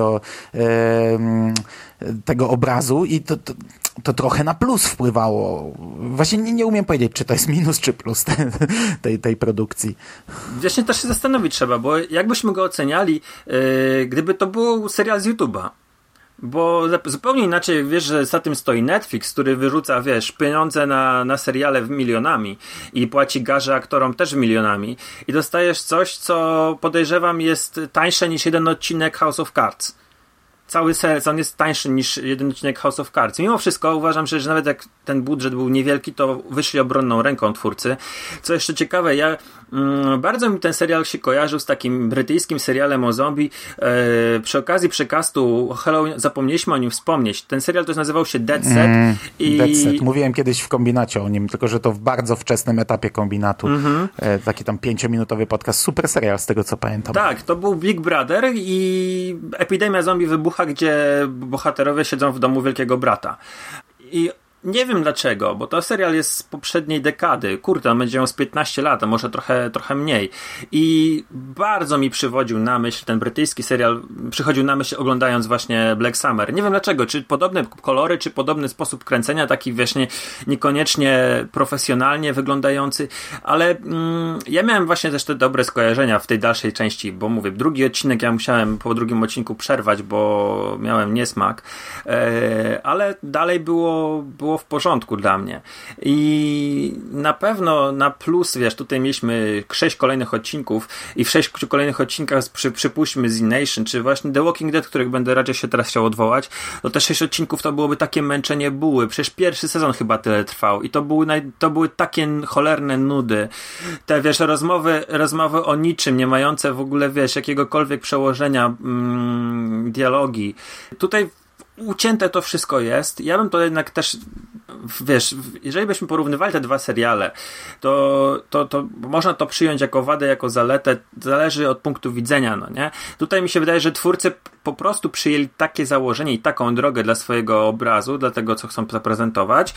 tego obrazu i to trochę na plus wpływało. Właśnie nie umiem powiedzieć, czy to jest minus czy plus tej produkcji. Właśnie też się zastanowić trzeba, bo jakbyśmy go oceniali, gdyby to był serial z YouTube'a. Bo zupełnie inaczej, wiesz, że za tym stoi Netflix, który wyrzuca, wiesz, pieniądze na seriale milionami i płaci garze aktorom też milionami i dostajesz coś, co podejrzewam jest tańsze niż jeden odcinek House of Cards. Cały sezon jest tańszy niż jeden odcinek House of Cards. Mimo wszystko uważam, że nawet jak ten budżet był niewielki, to wyszli obronną ręką twórcy. Co jeszcze ciekawe, bardzo mi ten serial się kojarzył z takim brytyjskim serialem o zombie. Przy okazji przekastu Halloween zapomnieliśmy o nim wspomnieć. Ten serial to nazywał się Dead Set. Dead Set. Mówiłem kiedyś w kombinacie o nim, tylko że to w bardzo wczesnym etapie kombinatu. Taki tam 5-minutowy podcast. Super serial z tego, co pamiętam. Tak, to był Big Brother i epidemia zombie wybucha, gdzie bohaterowie siedzą w domu Wielkiego Brata. I nie wiem dlaczego, bo to serial jest z poprzedniej dekady. Kurde, on będzie miał z 15 lat, a może trochę mniej. I bardzo mi przywodził na myśl, ten brytyjski serial przychodził na myśl oglądając właśnie Black Summer. Nie wiem dlaczego, czy podobne kolory, czy podobny sposób kręcenia, taki właśnie niekoniecznie profesjonalnie wyglądający, ale ja miałem właśnie też te dobre skojarzenia w tej dalszej części, bo mówię, drugi odcinek ja musiałem po drugim odcinku przerwać, bo miałem niesmak, ale dalej było w porządku dla mnie. I na pewno na plus, wiesz, tutaj mieliśmy 6 kolejnych odcinków i w 6 kolejnych odcinkach przypuśćmy Z Nation, czy właśnie The Walking Dead, których będę raczej się teraz chciał odwołać, to te 6 odcinków to byłoby takie męczenie buły. Przecież pierwszy sezon chyba tyle trwał i to były takie cholerne nudy. Te, wiesz, rozmowy o niczym, nie mające w ogóle, wiesz, jakiegokolwiek przełożenia, dialogi. Tutaj ucięte to wszystko jest. Ja bym to jednak też, wiesz, jeżeli byśmy porównywali te dwa seriale, to można to przyjąć jako wadę, jako zaletę, zależy od punktu widzenia, no nie? Tutaj mi się wydaje, że twórcy po prostu przyjęli takie założenie i taką drogę dla swojego obrazu, dla tego, co chcą zaprezentować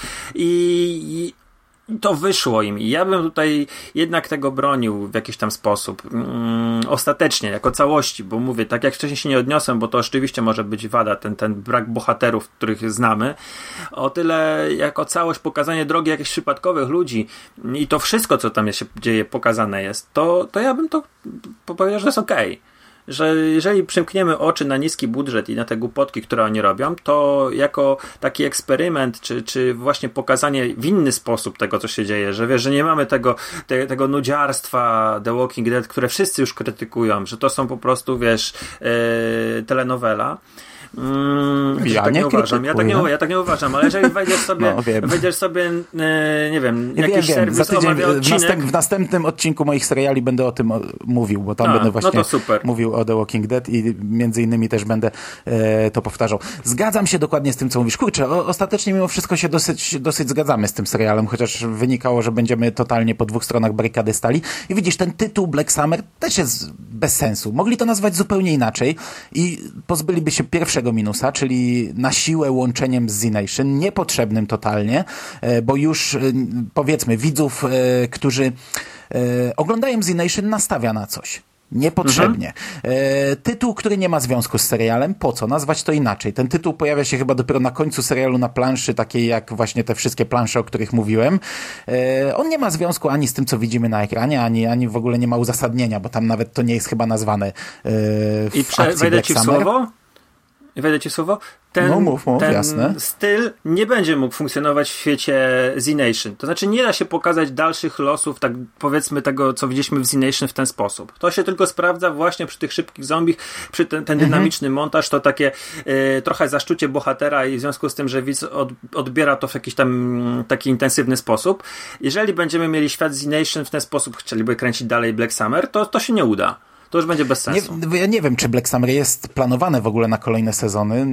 i to wyszło im. I ja bym tutaj jednak tego bronił w jakiś tam sposób. Ostatecznie, jako całości, bo mówię, tak jak wcześniej się nie odniosłem, bo to oczywiście może być wada, ten brak bohaterów, których znamy. O tyle jako całość, pokazanie drogi jakichś przypadkowych ludzi i to wszystko, co tam się dzieje, pokazane jest, to ja bym to powiedział, że jest okej. Że jeżeli przymkniemy oczy na niski budżet i na te głupotki, które oni robią, to jako taki eksperyment, czy właśnie pokazanie w inny sposób tego, co się dzieje, że wiesz, że nie mamy tego nudziarstwa The Walking Dead, które wszyscy już krytykują, że to są po prostu, wiesz, telenowela. Ja tak nie uważam, ale jeżeli wejdziesz sobie nie wiem, jakiś serwis omawia odcinek... W następnym odcinku moich seriali będę o tym mówił, bo tam będę właśnie mówił o The Walking Dead i między innymi też będę to powtarzał. Zgadzam się dokładnie z tym, co mówisz. Kurczę, ostatecznie mimo wszystko się dosyć zgadzamy z tym serialem, chociaż wynikało, że będziemy totalnie po dwóch stronach barykady stali. I widzisz, ten tytuł Black Summer też jest bez sensu. Mogli to nazwać zupełnie inaczej i pozbyliby się pierwszego minusa, czyli na siłę łączeniem z Z-Nation, niepotrzebnym totalnie, bo już powiedzmy widzów, którzy oglądają Z-Nation, nastawia na coś. Niepotrzebnie. Tytuł, który nie ma związku z serialem, po co? Nazwać to inaczej. Ten tytuł pojawia się chyba dopiero na końcu serialu na planszy, takiej jak właśnie te wszystkie plansze, o których mówiłem. On nie ma związku ani z tym, co widzimy na ekranie, ani w ogóle nie ma uzasadnienia, bo tam nawet to nie jest chyba nazwane w akcji wejdę ci w słowo? Wejdę ci słowo? Ten jasne. styl nie będzie mógł funkcjonować w świecie Z-Nation. To znaczy nie da się pokazać dalszych losów, tak powiedzmy tego, co widzieliśmy w Z-Nation w ten sposób. To się tylko sprawdza właśnie przy tych szybkich zombich, przy ten dynamiczny montaż, to takie trochę zaszczucie bohatera i w związku z tym, że widz odbiera to w jakiś tam taki intensywny sposób. Jeżeli będziemy mieli świat Z-Nation w ten sposób, chcieliby kręcić dalej Black Summer, to się nie uda. To już będzie bez sensu. Ja nie wiem, czy Black Summer jest planowane w ogóle na kolejne sezony.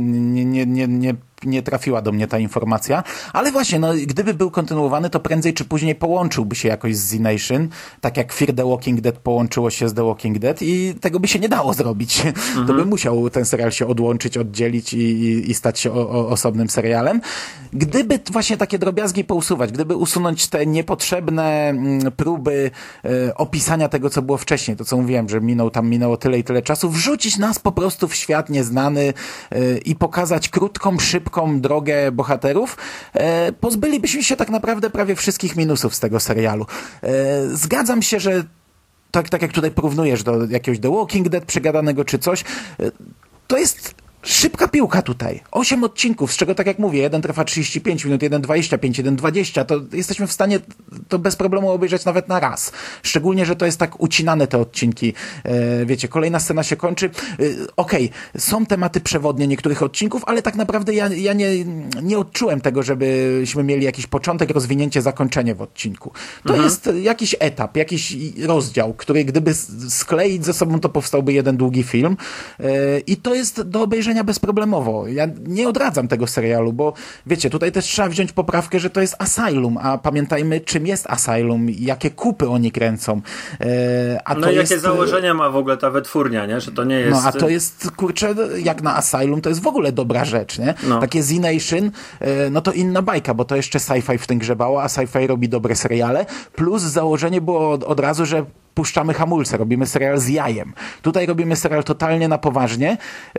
Nie trafiła do mnie ta informacja, ale właśnie, gdyby był kontynuowany, to prędzej czy później połączyłby się jakoś z Z-Nation, tak jak Fear the Walking Dead połączyło się z The Walking Dead i tego by się nie dało zrobić. To by musiał ten serial się odłączyć, oddzielić i stać się osobnym serialem. Gdyby właśnie takie drobiazgi pousuwać, gdyby usunąć te niepotrzebne próby opisania tego, co było wcześniej, to co mówiłem, że minęło tyle i tyle czasu, wrzucić nas po prostu w świat nieznany i pokazać krótką, szybką drogę bohaterów, pozbylibyśmy się tak naprawdę prawie wszystkich minusów z tego serialu. Zgadzam się, że tak jak tutaj porównujesz do jakiegoś The Walking Dead przegadanego czy coś, to jest szybka piłka tutaj. 8 odcinków, z czego tak jak mówię, jeden trwa 35 minut, jeden 25, jeden 20, to jesteśmy w stanie to bez problemu obejrzeć nawet na raz. Szczególnie, że to jest tak ucinane te odcinki. Wiecie, kolejna scena się kończy. Okej, są tematy przewodnie niektórych odcinków, ale tak naprawdę ja nie odczułem tego, żebyśmy mieli jakiś początek, rozwinięcie, zakończenie w odcinku. To jest jakiś etap, jakiś rozdział, który gdyby skleić ze sobą, to powstałby jeden długi film. I to jest do obejrzenia bezproblemowo. Ja nie odradzam tego serialu, bo wiecie, tutaj też trzeba wziąć poprawkę, że to jest Asylum, a pamiętajmy, czym jest Asylum, jakie kupy oni kręcą. I jakie założenia ma w ogóle ta wytwórnia, nie? Że to nie jest... a to jest, kurczę, jak na Asylum, to jest w ogóle dobra rzecz, nie? Takie Z-Nation, to inna bajka, bo to jeszcze sci-fi w tym grzebało, a sci-fi robi dobre seriale, plus założenie było od razu, że puszczamy hamulce, robimy serial z jajem. Tutaj robimy serial totalnie na poważnie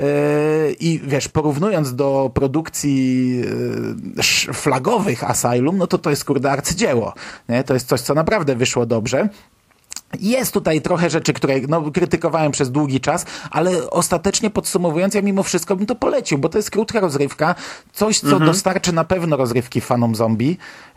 i wiesz, porównując do produkcji flagowych Asylum, to jest kurde arcydzieło. Nie? To jest coś, co naprawdę wyszło dobrze. Jest tutaj trochę rzeczy, które krytykowałem przez długi czas, ale ostatecznie podsumowując, ja mimo wszystko bym to polecił, bo to jest krótka rozrywka, coś, co dostarczy na pewno rozrywki fanom zombie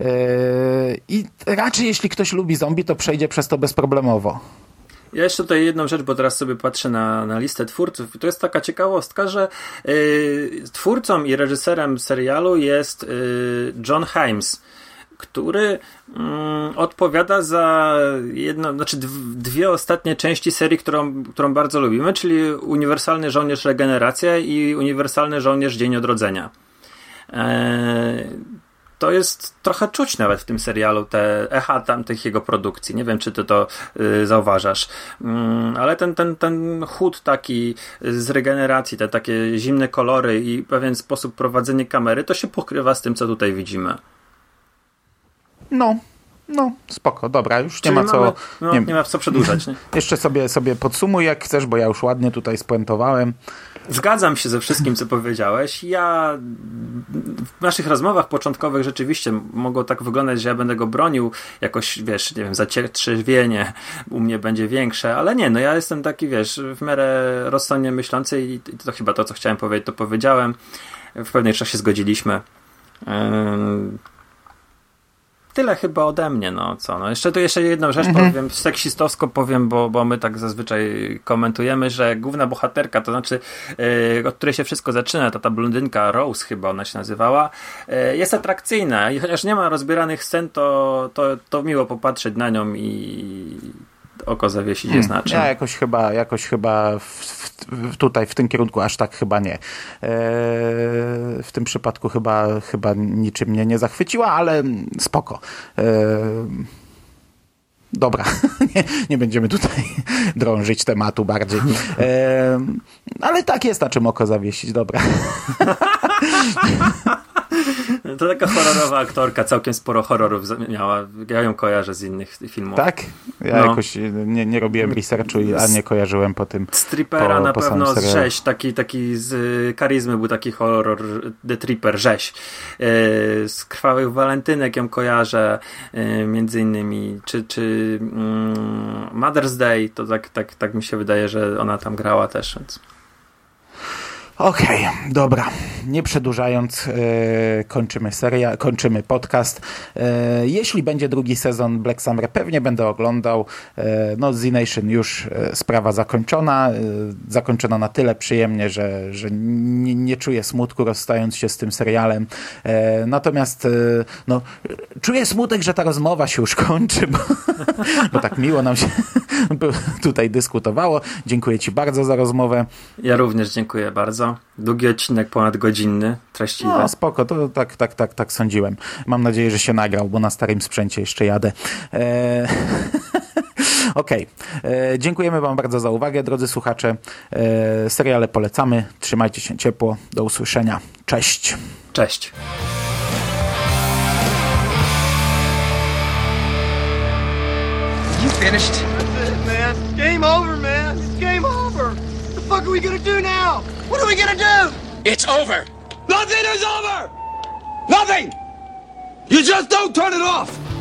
i raczej jeśli ktoś lubi zombie, to przejdzie przez to bezproblemowo. Ja jeszcze tutaj jedną rzecz, bo teraz sobie patrzę na listę twórców i to jest taka ciekawostka, że twórcą i reżyserem serialu jest John Hyams, który odpowiada za dwie ostatnie części serii, którą bardzo lubimy, czyli Uniwersalny Żołnierz Regeneracja i Uniwersalny Żołnierz Dzień Odrodzenia. To jest trochę czuć nawet w tym serialu te echa tamtych jego produkcji. Nie wiem, czy ty to zauważasz. Ale ten chód taki z regeneracji, te takie zimne kolory i pewien sposób prowadzenia kamery, to się pokrywa z tym, co tutaj widzimy. No, spoko, dobra, już nie Czyli ma co... nie ma co przedłużać. Nie? Jeszcze sobie podsumuj, jak chcesz, bo ja już ładnie tutaj spuentowałem. Zgadzam się ze wszystkim, co powiedziałeś. Ja w naszych rozmowach początkowych rzeczywiście mogło tak wyglądać, że ja będę go bronił jakoś, wiesz, nie wiem, zacietrzewienie u mnie będzie większe, ale nie, no ja jestem taki, wiesz, w miarę rozsądnie myślący i to chyba to, co chciałem powiedzieć, to powiedziałem. W pewnej czasie się zgodziliśmy. Tyle chyba ode mnie, no co. No jeszcze jedną rzecz powiem, seksistowsko powiem, bo my tak zazwyczaj komentujemy, że główna bohaterka, to znaczy od której się wszystko zaczyna, ta blondynka Rose chyba ona się nazywała, jest atrakcyjna i chociaż nie ma rozbieranych scen, to miło popatrzeć na nią i oko zawiesić jest na czym. Ja jakoś chyba tutaj w tym kierunku aż tak chyba nie. W tym przypadku chyba niczym mnie nie zachwyciła, ale spoko. Dobra, nie będziemy tutaj drążyć tematu bardziej. Ale tak jest na czym oko zawiesić, dobra. To taka horrorowa aktorka, całkiem sporo horrorów miała. Ja ją kojarzę z innych filmów. Tak? Ja jakoś nie robiłem researchu, a nie kojarzyłem po tym. Z Trippera na pewno z Rzeź. Taki z Charyzmy był taki horror The Tripper, Rzeź. Z Krwawych Walentynek ją kojarzę między innymi. Czy Mother's Day, to tak mi się wydaje, że ona tam grała też, więc... Okej, dobra. Nie przedłużając, kończymy podcast. Jeśli będzie drugi sezon Black Summer, pewnie będę oglądał. No, Z-Nation już sprawa zakończona. Zakończona na tyle przyjemnie, że nie czuję smutku rozstając się z tym serialem. Natomiast czuję smutek, że ta rozmowa się już kończy, bo tak miło nam się tutaj dyskutowało. Dziękuję ci bardzo za rozmowę. Ja również dziękuję bardzo. Długi odcinek, ponad godzinny, treściwy. No spoko, to tak sądziłem. Mam nadzieję, że się nagrał, bo na starym sprzęcie jeszcze jadę. Okej. Dziękujemy wam bardzo za uwagę, drodzy słuchacze. Seriale polecamy. Trzymajcie się ciepło. Do usłyszenia. Cześć. Cześć. You finished? That's it, man. Game over, man. It's game over. What the fuck are we gonna do now? What are we gonna do? It's over. Nothing is over. Nothing. You just don't turn it off.